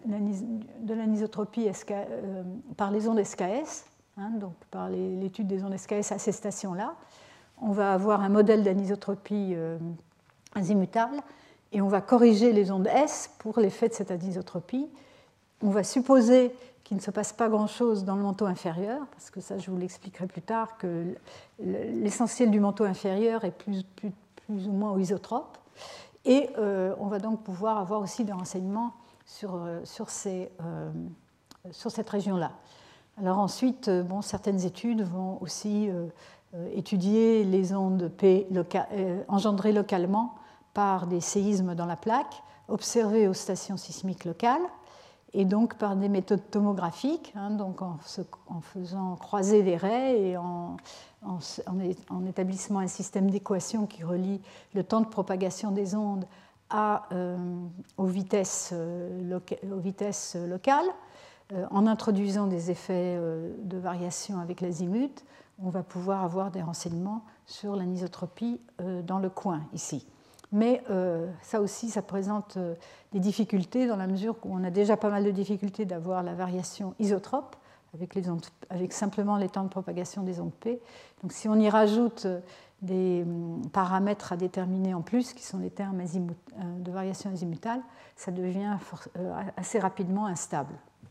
l'anisotropie euh, par les ondes S K S, hein, donc par l'étude des ondes S K S à ces stations-là. On va avoir un modèle d'anisotropie euh, azimutale et on va corriger les ondes S pour l'effet de cette anisotropie. On va supposer qu'il ne se passe pas grand-chose dans le manteau inférieur, parce que ça, je vous l'expliquerai plus tard, que l'essentiel du manteau inférieur est plus, plus, plus ou moins isotrope. Et euh, on va donc pouvoir avoir aussi des renseignements sur, sur, ces, euh, sur cette région-là. Alors ensuite, bon, certaines études vont aussi euh, étudier les ondes P loca- euh, engendrées localement par des séismes dans la plaque, observées aux stations sismiques locales, et donc par des méthodes tomographiques, hein, donc en, se, en faisant croiser les raies et en, en, en établissant un système d'équations qui relie le temps de propagation des ondes à, euh, aux, vitesses, euh, loca- aux vitesses locales, euh, en introduisant des effets euh, de variation avec l'azimut. On va pouvoir avoir des renseignements sur l'anisotropie euh, dans le coin ici. Mais euh, ça aussi, ça présente euh, des difficultés dans la mesure où on a déjà pas mal de difficultés d'avoir la variation isotrope avec, les ondes, avec simplement les temps de propagation des ondes P. Donc si on y rajoute euh, des euh, paramètres à déterminer en plus, qui sont les termes azimut, euh, de variation azimutale, ça devient for, euh, assez rapidement instable.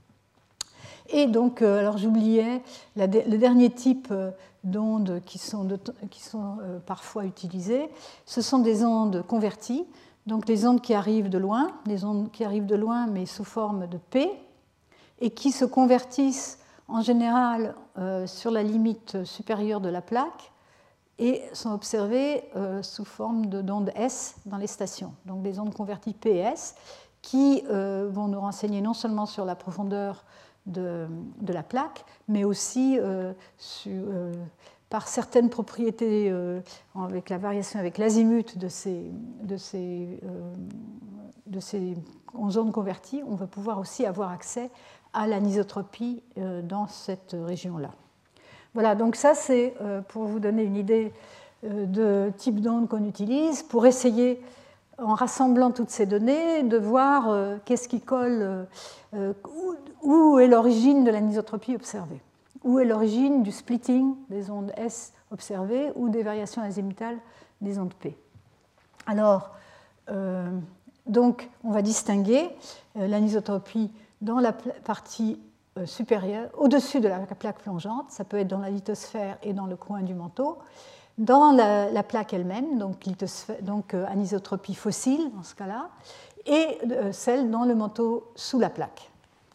Et donc, euh, alors j'oubliais, la, le dernier type d'ondes qui sont, de, qui sont euh, parfois utilisées, ce sont des ondes converties, donc des ondes qui arrivent de loin, des ondes qui arrivent de loin mais sous forme de P, et qui se convertissent en général euh, sur la limite supérieure de la plaque, et sont observées euh, sous forme d'ondes S dans les stations, donc des ondes converties P S qui euh, vont nous renseigner non seulement sur la profondeur de, de la plaque, mais aussi euh, sur, euh, par certaines propriétés euh, avec la variation avec l'azimut de ces, de ces, euh, de ces ondes converties, on va pouvoir aussi avoir accès à l'anisotropie euh, dans cette région-là. Voilà, donc ça c'est euh, pour vous donner une idée euh, de type d'onde qu'on utilise pour essayer, en rassemblant toutes ces données, de voir euh, qu'est-ce qui colle, euh, où, où est l'origine de l'anisotropie observée, où est l'origine du splitting des ondes S observées ou des variations azimutales des ondes P. Alors, euh, donc, on va distinguer euh, l'anisotropie dans la partie euh, supérieure, au-dessus de la plaque plongeante, ça peut être dans la lithosphère et dans le coin du manteau, dans la, la plaque elle-même, donc, donc euh, anisotropie fossile dans ce cas-là, et euh, celle dans le manteau sous la plaque.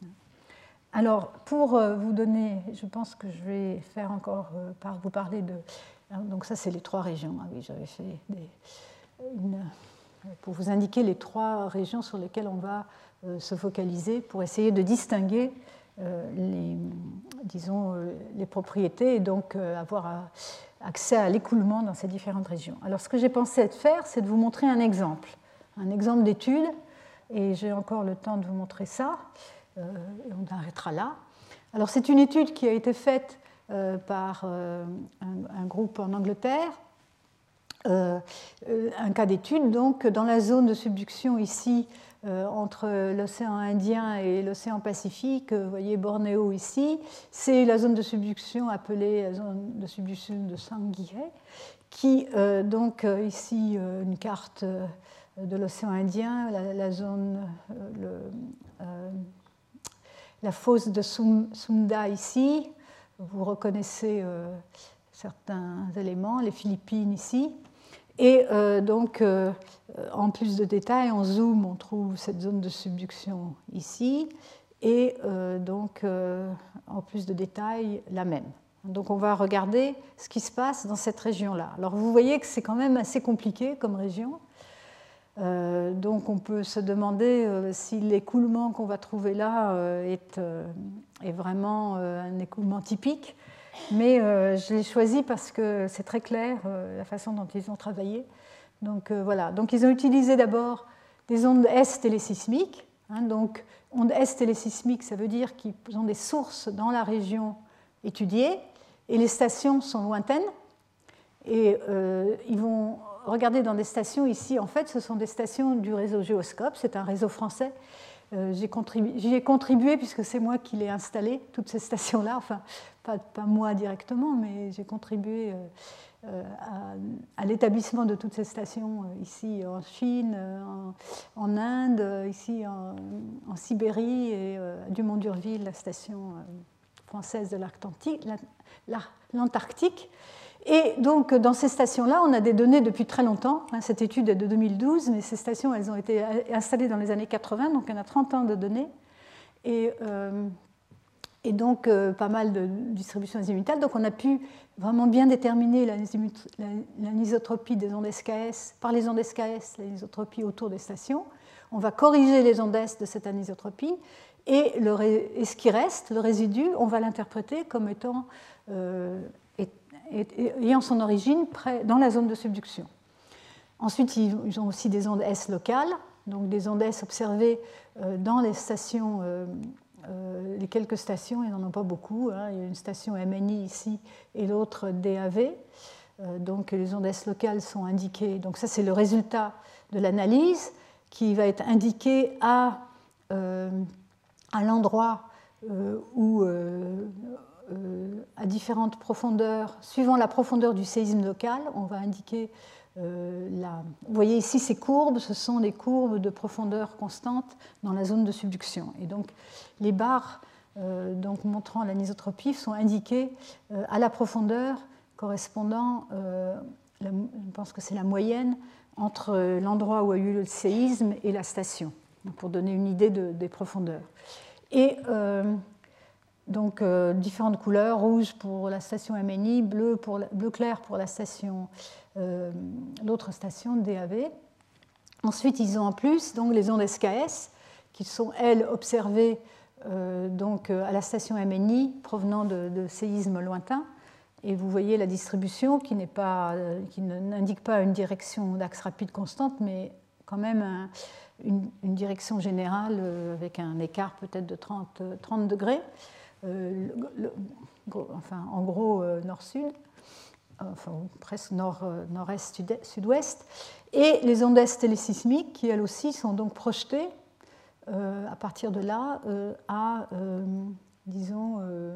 Alors, pour euh, vous donner, je pense que je vais faire encore euh, par, vous parler de... Donc ça, c'est les trois régions. Ah oui, j'avais fait des, une, pour vous indiquer les trois régions sur lesquelles on va euh, se focaliser pour essayer de distinguer euh, les, disons, euh, les propriétés et donc euh, avoir à, accès à l'écoulement dans ces différentes régions. Alors, ce que j'ai pensé de faire, c'est de vous montrer un exemple, un exemple d'étude, et j'ai encore le temps de vous montrer ça, euh, et on arrêtera là. Alors, c'est une étude qui a été faite euh, par euh, un, un groupe en Angleterre, euh, un cas d'étude, donc, dans la zone de subduction ici, Euh, entre l'océan Indien et l'océan Pacifique, vous voyez Bornéo ici, c'est la zone de subduction appelée la zone de subduction de Sangihe, qui, euh, donc euh, ici euh, une carte euh, de l'océan Indien, la, la zone, euh, le, euh, la fosse de Sum, Sunda ici, vous reconnaissez euh, certains éléments, les Philippines ici. Et euh, donc, euh, en plus de détails, en zoom, on trouve cette zone de subduction ici, et euh, donc, euh, en plus de détails, la même. Donc, on va regarder ce qui se passe dans cette région-là. Alors, vous voyez que c'est quand même assez compliqué comme région. Euh, donc, on peut se demander euh, si l'écoulement qu'on va trouver là euh, est, euh, est vraiment euh, un écoulement typique. Mais euh, je l'ai choisi parce que c'est très clair euh, la façon dont ils ont travaillé. Donc euh, voilà. Donc ils ont utilisé d'abord des ondes S télésismiques. Hein, donc ondes S télésismiques, ça veut dire qu'ils ont des sources dans la région étudiée et les stations sont lointaines. Et euh, ils vont regarder dans des stations ici. En fait, ce sont des stations du réseau Géoscope. C'est un réseau français. Euh, j'y contribué, ai contribué puisque c'est moi qui l'ai installé, toutes ces stations-là, enfin pas, pas moi directement, mais j'ai contribué euh, euh, à, à l'établissement de toutes ces stations euh, ici en Chine, euh, en, en Inde, euh, ici en, en Sibérie et euh, à Dumont d'Urville, la station euh, française de l'Antarctique. Et donc, dans ces stations-là, on a des données depuis très longtemps. Cette étude est de deux mille douze, mais ces stations, elles ont été installées dans les années quatre-vingts, donc on a trente ans de données. Et, euh, et donc, euh, pas mal de distributions azimutales. Donc, on a pu vraiment bien déterminer l'anisotropie des ondes S K S, par les ondes S K S, l'anisotropie autour des stations. On va corriger les ondes S de cette anisotropie. Et, le, et ce qui reste, le résidu, on va l'interpréter comme étant... Euh, ayant son origine dans la zone de subduction. Ensuite, ils ont aussi des ondes S locales, donc des ondes S observées dans les stations, les quelques stations, il n'y en a pas beaucoup, hein, il y a une station M N I ici et l'autre D A V, donc les ondes S locales sont indiquées, donc ça c'est le résultat de l'analyse qui va être indiqué à, à l'endroit où... à différentes profondeurs, suivant la profondeur du séisme local, on va indiquer euh, la... Vous voyez ici ces courbes, ce sont des courbes de profondeur constante dans la zone de subduction. Et donc les barres euh, donc, montrant l'anisotropie sont indiquées euh, à la profondeur correspondant, euh, la... je pense que c'est la moyenne, entre l'endroit où a eu le séisme et la station, pour donner une idée de, des profondeurs. Et... Euh, donc euh, différentes couleurs, rouge pour la station M N I, bleu, pour la, bleu clair pour la station, euh, l'autre station D A V. Ensuite, ils ont en plus donc, les ondes S K S, qui sont, elles, observées euh, donc, à la station M N I provenant de, de séismes lointains. Et vous voyez la distribution qui, n'est pas, qui n'indique pas une direction d'axe rapide constante, mais quand même un, une, une direction générale euh, avec un écart peut-être de trente, trente degrés, euh, le, le, enfin, en gros euh, nord-sud, enfin presque nord, euh, nord-est, sud-ouest, et les ondes S télésismiques qui elles aussi sont donc projetées euh, à partir de là euh, à, euh, disons, euh,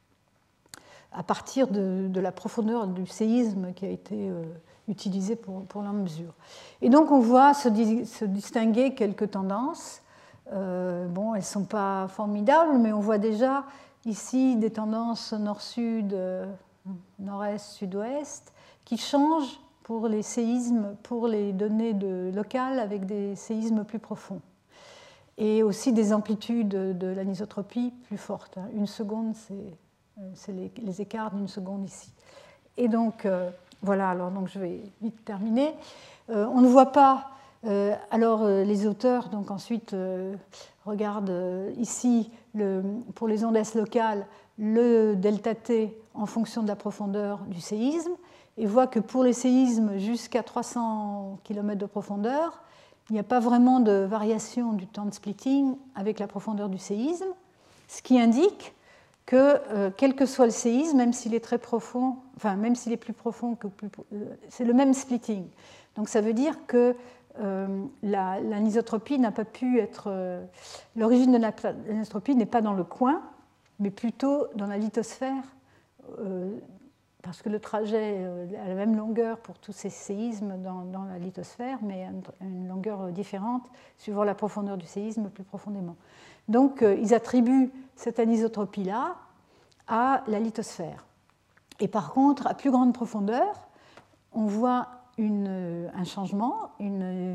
à partir de, de la profondeur du séisme qui a été euh, utilisé pour, pour la mesure. Et donc on voit se, di- se distinguer quelques tendances. Euh, bon, elles ne sont pas formidables, mais on voit déjà ici des tendances nord-sud, euh, nord-est, sud-ouest, qui changent pour les séismes, pour les données de, locales avec des séismes plus profonds. Et aussi des amplitudes de l'anisotropie plus fortes. Une seconde, c'est... C'est les, les écarts d'une seconde ici. Et donc, euh, voilà, alors donc je vais vite terminer. Euh, on ne voit pas, euh, alors euh, les auteurs donc ensuite euh, regardent euh, ici, le, pour les ondes S locales, le delta T en fonction de la profondeur du séisme, et voient que pour les séismes jusqu'à trois cents kilomètres de profondeur, il n'y a pas vraiment de variation du temps de splitting avec la profondeur du séisme, ce qui indique que euh, quel que soit le séisme, même s'il est très profond, enfin même s'il est plus profond que plus, euh, c'est le même splitting. Donc ça veut dire que euh, la, l'anisotropie n'a pas pu être, euh, l'origine de l'anisotropie n'est pas dans le coin, mais plutôt dans la lithosphère, euh, parce que le trajet euh, a la même longueur pour tous ces séismes dans, dans la lithosphère, mais à une longueur différente suivant la profondeur du séisme plus profondément. Donc, euh, ils attribuent cette anisotropie-là à la lithosphère. Et par contre, à plus grande profondeur, on voit une, un changement, une, euh,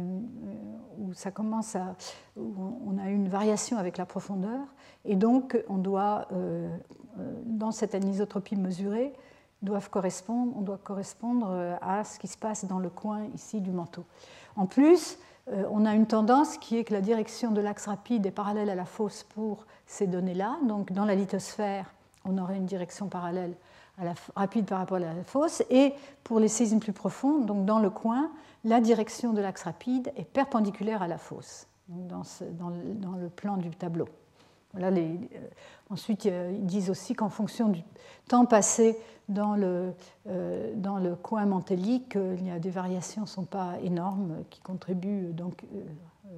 où ça commence à, où on a une variation avec la profondeur, et donc on doit, euh, dans cette anisotropie mesurée, doivent correspondre, on doit correspondre à ce qui se passe dans le coin ici du manteau. En plus, on a une tendance qui est que la direction de l'axe rapide est parallèle à la fosse pour ces données-là. Donc dans la lithosphère, on aurait une direction parallèle à la rapide par rapport à la fosse. Et pour les séismes plus profonds, donc dans le coin, la direction de l'axe rapide est perpendiculaire à la fosse, donc dans, ce, dans, le, dans le plan du tableau. Voilà les, euh, ensuite, ils disent aussi qu'en fonction du temps passé dans le, euh, dans le coin mantélique, euh, il y a des variations ne sont pas énormes qui contribuent. Donc, euh,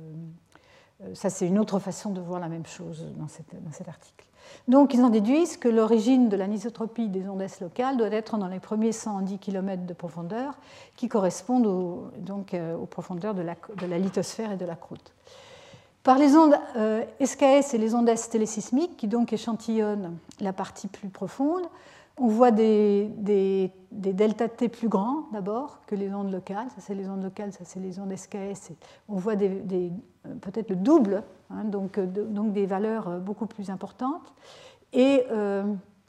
euh, ça, c'est une autre façon de voir la même chose dans, cette, dans cet article. Donc, ils en déduisent que l'origine de l'anisotropie des ondes S locales doit être dans les premiers cent dix kilomètres de profondeur, qui correspondent au, donc, euh, aux profondeurs de la, de la lithosphère et de la croûte. Par les ondes euh, S K S et les ondes S télésismiques, qui donc échantillonnent la partie plus profonde, on voit des, des, des delta T plus grands d'abord que les ondes locales. Ça, c'est les ondes locales, ça, c'est les ondes S K S. On voit des, des, peut-être le double, hein, donc, de, donc des valeurs beaucoup plus importantes. Et euh,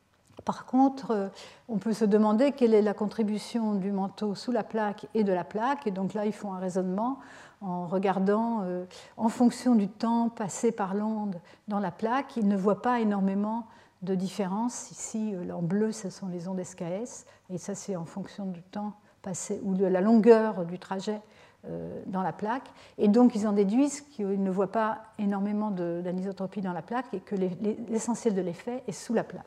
par contre, on peut se demander quelle est la contribution du manteau sous la plaque et de la plaque. Et donc là, ils font un raisonnement en regardant, euh, en fonction du temps passé par l'onde dans la plaque, ils ne voient pas énormément de différence. Ici, en bleu, ce sont les ondes S K S, et ça, c'est en fonction du temps passé ou de la longueur du trajet euh, dans la plaque. Et donc, ils en déduisent qu'ils ne voient pas énormément de, d'anisotropie dans la plaque et que les, les, l'essentiel de l'effet est sous la plaque.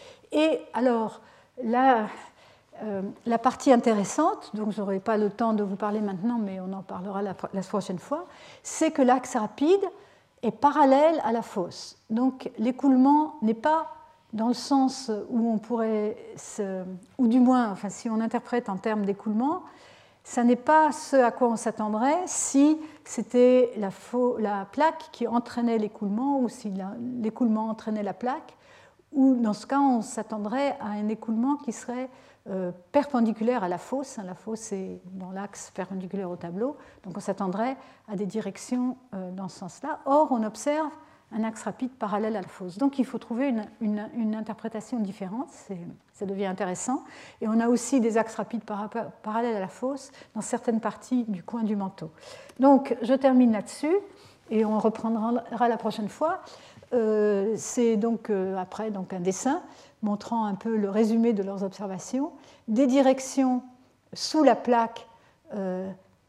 Et alors, là, euh, la partie intéressante, dont je n'aurai pas le temps de vous parler maintenant, mais on en parlera la, la prochaine fois, c'est que l'axe rapide est parallèle à la fosse. Donc, l'écoulement n'est pas dans le sens où on pourrait, se, ou du moins, enfin, si on interprète en termes d'écoulement, ça n'est pas ce à quoi on s'attendrait si c'était la, faux, la plaque qui entraînait l'écoulement ou si la, l'écoulement entraînait la plaque, ou dans ce cas, on s'attendrait à un écoulement qui serait euh, perpendiculaire à la fosse. La fosse est dans l'axe perpendiculaire au tableau, donc on s'attendrait à des directions euh, dans ce sens-là. Or, on observe un axe rapide parallèle à la fosse. Donc il faut trouver une, une, une interprétation différente, c'est, ça devient intéressant. Et on a aussi des axes rapides par, parallèles à la fosse dans certaines parties du coin du manteau. Donc je termine là-dessus et on reprendra la prochaine fois. Euh, c'est donc euh, après donc, un dessin montrant un peu le résumé de leurs observations, des directions sous la plaque euh,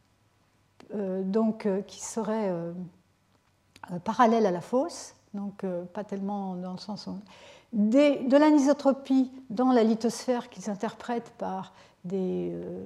euh, donc, euh, qui seraient euh, euh, parallèles à la fosse, donc euh, pas tellement dans le sens où... Des, de l'anisotropie dans la lithosphère qui s'interprète par des, euh,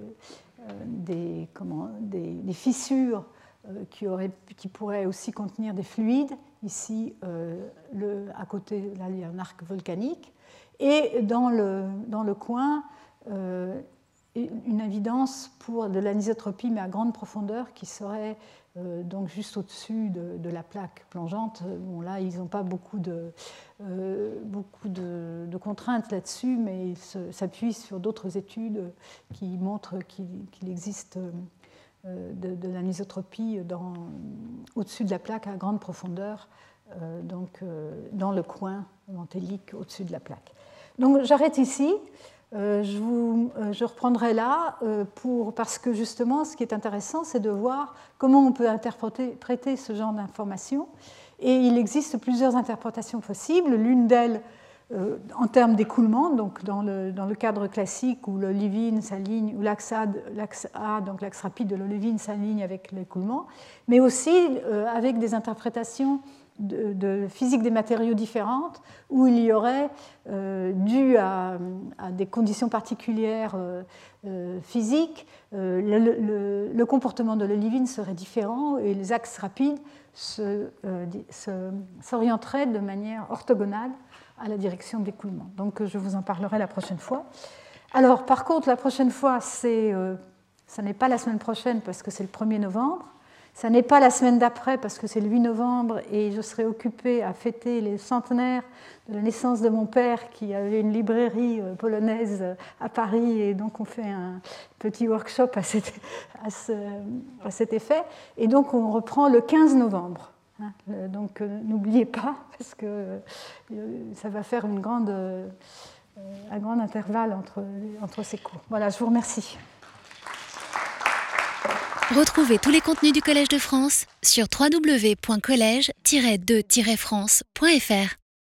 des, comment, des, des fissures euh, qui, auraient, qui pourraient aussi contenir des fluides. Ici, euh, le, à côté, là, il y a un arc volcanique. Et dans le, dans le coin, euh, une évidence pour de l'anisotropie, mais à grande profondeur, qui serait euh, donc juste au-dessus de, de la plaque plongeante. Bon, là, ils n'ont pas beaucoup de, euh, beaucoup de, de contraintes là-dessus, mais ils se, s'appuient sur d'autres études qui montrent qu'il, qu'il existe euh, de, de l'anisotropie dans, au-dessus de la plaque à grande profondeur, euh, donc euh, dans le coin mantélique au-dessus de la plaque. Donc j'arrête ici. Euh, je, vous, euh, je reprendrai là euh, pour, parce que justement ce qui est intéressant c'est de voir comment on peut interpréter ce genre d'informations et il existe plusieurs interprétations possibles, l'une d'elles euh, en termes d'écoulement, donc dans le, dans le cadre classique où le Levine s'aligne, où l'axe A, l'axe A, donc l'axe rapide de le Levine s'aligne avec l'écoulement, mais aussi euh, avec des interprétations De, de physique des matériaux différentes, où il y aurait, euh, dû à, à des conditions particulières euh, euh, physiques, euh, le, le, le comportement de l'olivine serait différent et les axes rapides se, euh, se, s'orienteraient de manière orthogonale à la direction d'écoulement. Donc je vous en parlerai la prochaine fois. Alors par contre, la prochaine fois, c'est, euh, ça n'est pas la semaine prochaine parce que c'est le premier novembre. Ça n'est pas la semaine d'après parce que c'est le huit novembre et je serai occupée à fêter les centenaires de la naissance de mon père qui avait une librairie polonaise à Paris et donc on fait un petit workshop à cet, à ce, à cet effet. Et donc on reprend le quinze novembre. Donc n'oubliez pas parce que ça va faire une grande, un grand intervalle entre, entre ces cours. Voilà, je vous remercie. Retrouvez tous les contenus du Collège de France sur w w w point collège tiret de tiret france point f r.